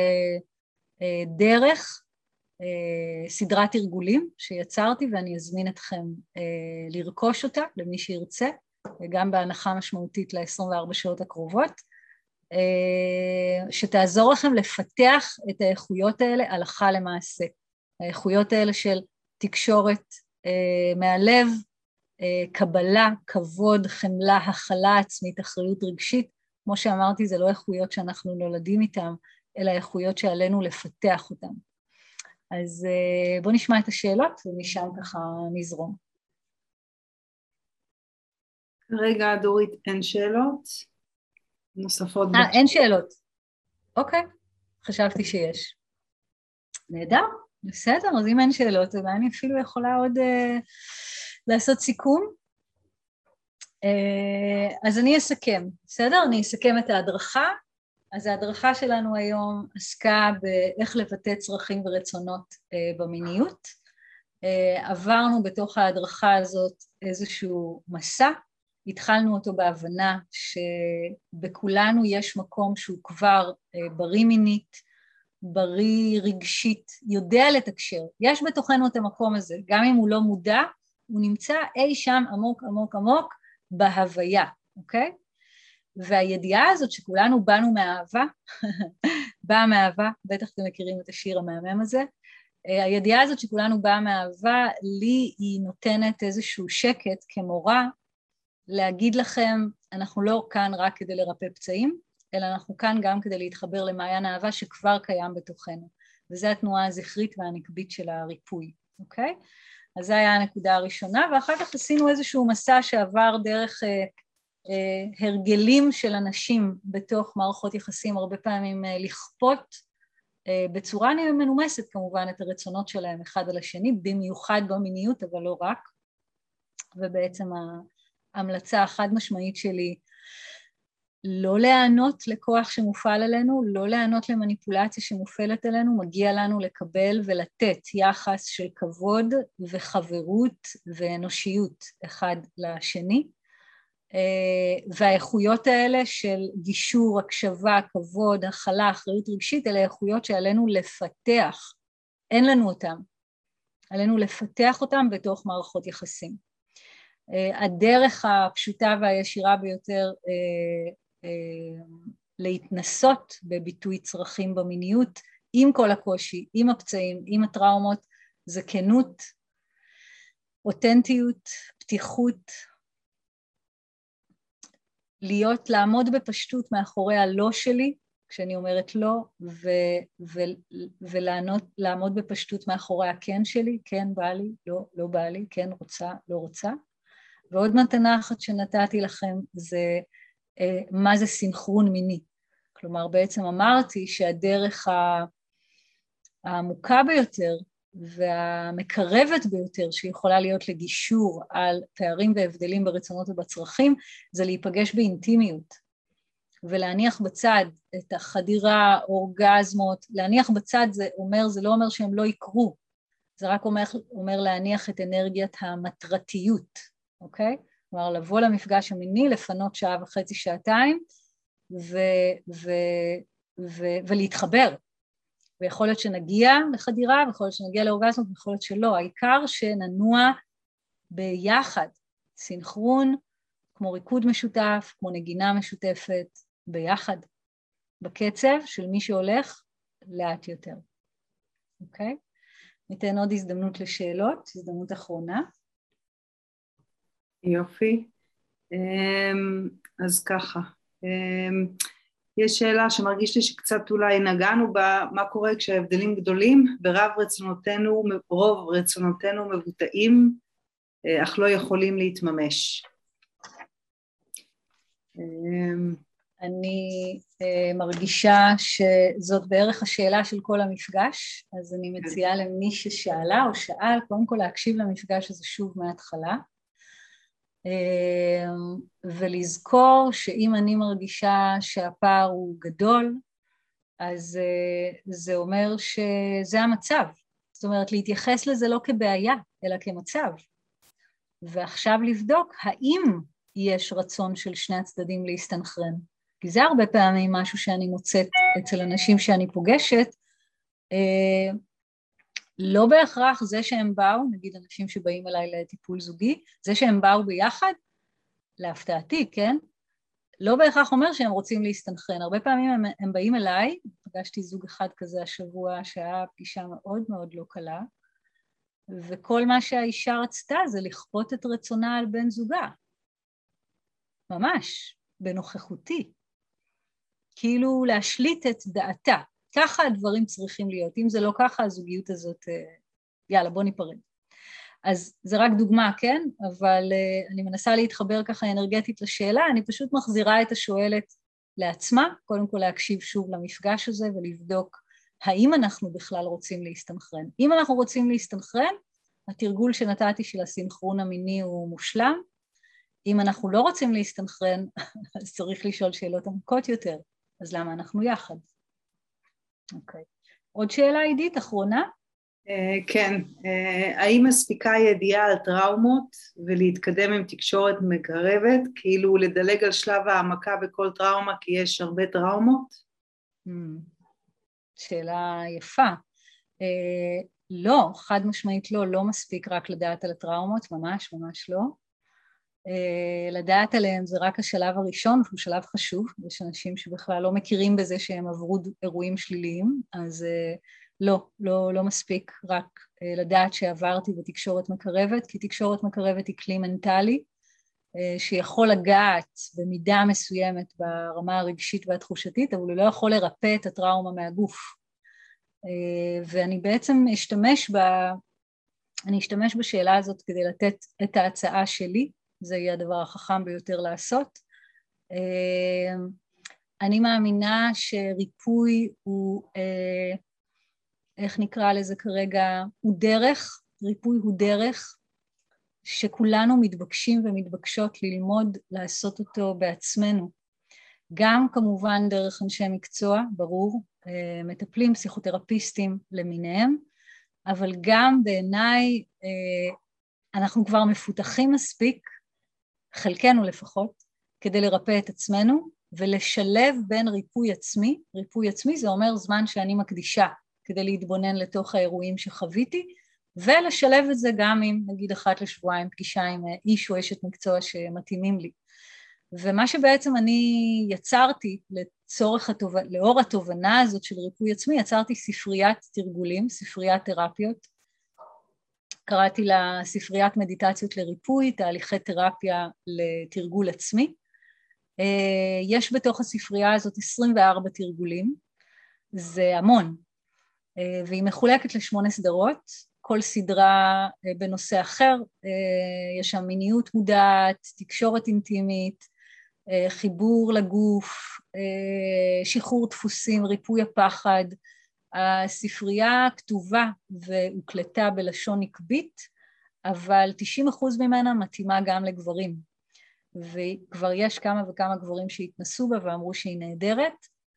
דרך סדרת תרגולים שיצרתי, ואני אזמין אתכם לרכוש אותה, למי שירצה, וגם בהנחה משמעותית ל-24 שעות הקרובות, שתעזור לכם לפתח את האיכויות האלה הלכה למעשה. האיכויות האלה של תקשורת מהלב, קבלה, כבוד, חמלה, הכלה עצמית, אחריות רגשית. כמו שאמרתי, זה לא איכויות שאנחנו נולדים איתם, אלא איכויות שעלינו לפתח אותם. אז בוא נשמע את השאלות ומשם ככה נזרום. רגע, דורית, אין שאלות נוספות? אין שאלות. אוקיי, חשבתי שיש. נהדר, בסדר, אז אם אין שאלות, אולי אני אפילו יכולה עוד לעשות סיכום. אז אני אסכם, בסדר? אני אסכם את ההדרכה. אז ההדרכה שלנו היום עסקה באיך לבטא צרכים ורצונות במיניות. עברנו בתוך ההדרכה הזאת איזשהו מסע, התחלנו אותו בהבנה שבכולנו יש מקום שהוא כבר בריא מינית, בריא רגשית, יודע לתקשר. יש בתוכנו את המקום הזה, גם אם הוא לא מודע, הוא נמצא אי שם עמוק עמוק עמוק בהוויה, אוקיי? והידיעה הזאת שכולנו באנו מהאהבה, באה מהאהבה, בטח אתם מכירים את השיר המהמם הזה, הידיעה הזאת שכולנו באה מהאהבה, לי היא נותנת איזשהו שקט כמורה, להגיד לכם, אנחנו לא כאן רק כדי לרפא פצעים, אלא אנחנו כאן גם כדי להתחבר למעיין האהבה שכבר קיים בתוכנו, וזו התנועה הזכרית והנקבית של הריפוי, אוקיי? אז זו הייתה הנקודה הראשונה, ואחר כך עשינו איזשהו מסע שעבר דרך הרגלים של אנשים בתוך מערכות יחסים, הרבה פעמים לכפות בצורה מנומסת כמובן את הרצונות שלהם אחד על השני, במיוחד במיניות אבל לא רק, ובעצם ההמלצה החד משמעית שלי לא לענות לכוח שמופעל עלינו, לא לענות למניפולציה שמופעלת עלינו, מגיע לנו לקבל ולתת יחס של כבוד וחברות ואנושיות אחד לשני, והאיכויות האלה של גישור, הקשבה, כבוד, הכלה, אחריות רגשית, אלה איכויות שעלינו לפתח, אין לנו אותם, עלינו לפתח אותם בתוך מערכות יחסים. הדרך הפשוטה והישירה ביותר להתנסות בביטוי צרכים במיניות, עם כל הקושי, עם הפצעים, עם הטראומות, זה כנות, אותנטיות, פתיחות, לעמוד בפשטות מאחורי הלא שלי, כשאני אומרת לא, ולעמוד בפשטות מאחורי הכן שלי, כן בא לי, לא בא לי, כן רוצה, לא רוצה. ועוד מתנה אחת שנתתי לכם זה מה זה סינכרון מיני. כלומר, בעצם אמרתי שהדרך העמוקה ביותר והמקרבת ביותר שיכולה להיות לגישור על פערים והבדלים ברצונות ובצרכים, זה להיפגש באינטימיות, ולהניח בצד את החדירה, אורגזמות, להניח בצד זה לא אומר שהם לא יקרו, זה רק אומר להניח את אנרגיית המטרתיות, אוקיי? כלומר, לבוא למפגש המיני, לפנות שעה וחצי, שעתיים, ולהתחבר. ויכול להיות שנגיע לחדירה, ויכול להיות שנגיע לאורגזמות, ויכול להיות שלא. העיקר שננוע ביחד, סינכרון, כמו ריקוד משותף, כמו נגינה משותפת, ביחד, בקצב של מי שהולך לאט יותר. אוקיי? ניתן עוד הזדמנות לשאלות, הזדמנות אחרונה. יופי. אז ככה. יש שאלה שמרגיש לי שקצת אולי נגענו בה, מה קורה כשההבדלים גדולים רוב רצונותינו מבוטאים, אך לא יכולים להתממש. אני מרגישה שזאת בערך השאלה של כל המפגש, אז אני מציעה למי ששאלה או שאל, קודם כל להקשיב למפגש הזה שוב מההתחלה, ולזכור שאם אני מרגישה שהפער הוא גדול, אז זה אומר שזה המצב. זאת אומרת, להתייחס לזה לא כבעיה, אלא כמצב. ועכשיו לבדוק האם יש רצון של שני הצדדים להסתנכרן. כי זה הרבה פעמים משהו שאני מוצאת אצל אנשים שאני פוגשת, לא בהכרח זה שהם באו, נגיד אנשים שבאים אליי לטיפול זוגי, זה שהם באו ביחד, להפתעתי, כן? לא בהכרח אומר שהם רוצים להסתנכרן. הרבה פעמים הם באים אליי, פגשתי זוג אחד כזה השבוע, שהיה פגישה מאוד מאוד לא קלה, וכל מה שהאישה רצתה זה לכפות את רצונה על בן זוגה. ממש, בנוכחותי. כאילו להשליט את דעתה. ככה הדברים צריכים להיות. אם זה לא ככה, הזוגיות הזאת, יאללה, בוא ניפרד. אז זה רק דוגמה, כן? אבל אני מנסה להתחבר ככה אנרגטית לשאלה, אני פשוט מחזירה את השואלת לעצמה, קודם כל להקשיב שוב למפגש הזה ולבדוק האם אנחנו בכלל רוצים להסתנכרן. אם אנחנו רוצים להסתנכרן, התרגול שנתתי של הסינכרון המיני הוא מושלם. אם אנחנו לא רוצים להסתנכרן, אז צריך לשאול שאלות עמוקות יותר. אז למה אנחנו יחד? אוקיי. עוד שאלה עידית, אחרונה? כן. האם מספיקה ידיעה על טראומות ולהתקדם עם תקשורת מקרבת, כאילו לדלג על שלב העמקה בכל טראומה, כי יש הרבה טראומות? שאלה יפה. לא, חד משמעית לא, לא מספיק רק לדעת על הטראומות, ממש ממש לא. לדעת עליהם זה רק השלב הראשון, הוא שלב חשוב, יש אנשים שבכלל לא מכירים בזה שהם עברו אירועים שליליים, אז לא מספיק רק לדעת שעברתי בתקשורת מקרבת, כי תקשורת מקרבת היא כלי מנטלי, שיכול לגעת במידה מסוימת ברמה הרגשית והתחושתית, אבל הוא לא יכול לרפא את הטראומה מהגוף. ואני בעצם אשתמש בשאלה הזאת כדי לתת את ההצעה שלי, זה יהיה הדבר החכם ביותר לעשות. אני מאמינה שריפוי הוא, איך נקרא לזה כרגע, הוא דרך, ריפוי הוא דרך, שכולנו מתבקשים ומתבקשות ללמוד לעשות אותו בעצמנו. גם כמובן דרך אנשי מקצוע, ברור, מטפלים, פסיכותרפיסטים למיניהם, אבל גם בעיניי אנחנו כבר מפותחים מספיק, חלקנו לפחות, כדי לרפא את עצמנו ולשלב בין ריפוי עצמי זה אומר זמן שאני מקדישה כדי להתבונן לתוך האירועים שחוויתי, ולשלב את זה גם עם נגיד אחת לשבועיים פגישה עם איש או אשת מקצוע שמתאימים לי. ומה שבעצם אני יצרתי לאור התובנה הזאת של ריפוי עצמי, יצרתי ספריית תרגולים, ספריית תרפיות, קראתי לה ספריית מדיטציות לריפוי, תהליכי תרפיה לתרגול עצמי. יש בתוך הספרייה הזאת 24 תרגולים, זה המון, והיא מחולקת ל8 סדרות, כל סדרה בנושא אחר, יש שם מיניות מודעת, תקשורת אינטימית, חיבור לגוף, שחרור דפוסים, ריפוי הפחד. הספרייה כתובה והוקלטה בלשון נקבית, אבל 90% ממנה מתאימה גם לגברים, וכבר יש כמה וכמה גברים שהתנסו בה ואמרו שהיא נהדרת.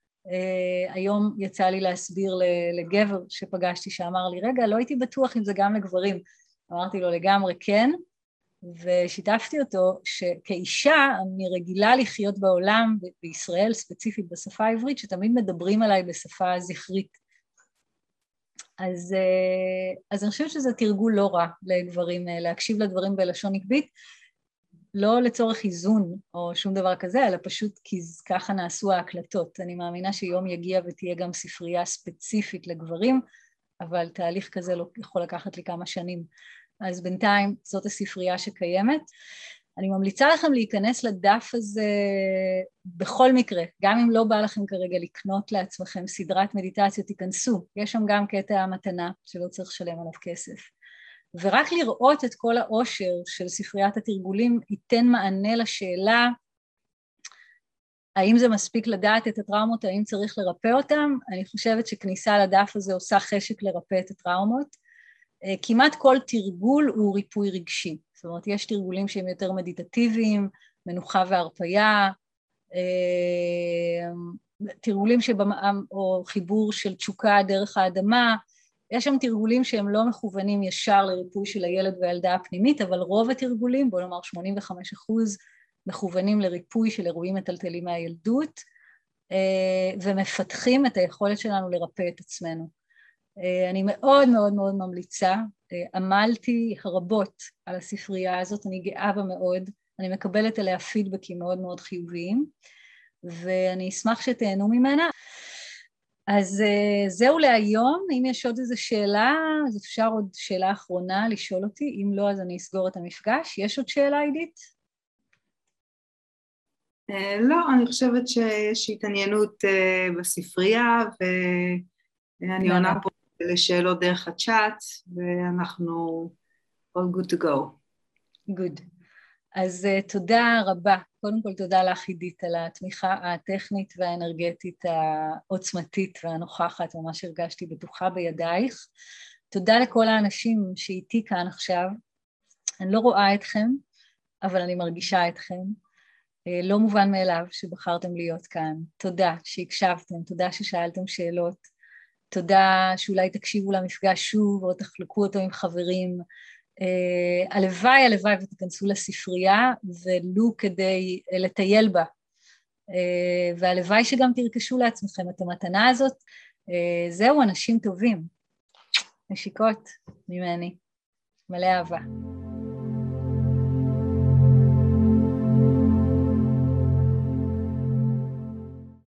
היום יצא לי להסביר לגבר שפגשתי שאמר לי, רגע, לא הייתי בטוח אם זה גם לגברים. אמרתי לו לגמרי כן, ושיתפתי אותו שכאישה אני רגילה לחיות בעולם, בישראל ספציפית בשפה העברית, שתמיד מדברים עליי בשפה זכרית. אז אני חושבת שזה תרגול לא רע לגברים, להקשיב לדברים בלשון נקבית, לא לצורך איזון או שום דבר כזה, אלא פשוט כי ככה נעשו ההקלטות. אני מאמינה שיום יגיע ותהיה גם ספרייה ספציפית לגברים, אבל תהליך כזה לא יכול לקחת לי כמה שנים. אז בינתיים זאת הספרייה שקיימת. אני ממליצה לכם להיכנס לדף הזה בכל מקרה, גם אם לא בא לכם כרגע לקנות לעצמכם סדרת מדיטציות, תיכנסו, יש שם גם קטע מתנה שלא צריך לשלם עליו כסף. ורק לראות את כל העושר של ספריית התרגולים ייתן מענה לשאלה, האם זה מספיק לדעת את הטראומות, האם צריך לרפא אותם? אני חושבת שכניסה לדף הזה עושה חשק לרפא את הטראומות. כמעט כל תרגול הוא ריפוי רגשי. זאת אומרת, יש תרגולים שהם יותר מדיטטיביים, מנוחה והרפיה, תרגולים או חיבור של תשוקה דרך האדמה, יש שם תרגולים שהם לא מכוונים ישר לריפוי של הילד והילדה הפנימית, אבל רוב התרגולים, בוא נאמר 85%, מכוונים לריפוי של אירועים מטלטלים מהילדות, ומפתחים את היכולת שלנו לרפא את עצמנו. אני מאוד מאוד מאוד ממליצה, עמלתי רבות על הספרייה הזאת, אני גאה בה מאוד, אני מקבלת עליה פידבקים מאוד מאוד חיוביים, ואני אשמח שתהנו ממנה. אז זהו להיום, אם יש עוד איזו שאלה, אז אפשר עוד שאלה אחרונה לשאול אותי, אם לא אז אני אסגור את המפגש. יש עוד שאלה עידית? לא, אני חושבת שיש התעניינות בספרייה, ואני עונה פה לשאלות דרך הצ'אט, ואנחנו all good to go. Good. אז תודה רבה. קודם כל תודה לך עידית על התמיכה הטכנית והאנרגטית העוצמתית והנוכחת, ממש הרגשתי בטוחה בידייך. תודה לכל האנשים שאיתי כאן עכשיו. אני לא רואה אתכם, אבל אני מרגישה אתכם. לא מובן מאליו שבחרתם להיות כאן. תודה שהקשבתם, תודה ששאלתם שאלות. תודה שאולי תקשיבו למפגש שוב או תחלקו אותו עם חברים. הלוואי ותיכנסו לספרייה ולו כדי לטייל בה, והלוואי שגם תרכשו לעצמכם את המתנה הזאת. זהו, אנשים טובים. נשיקות ממני, מלא אהבה.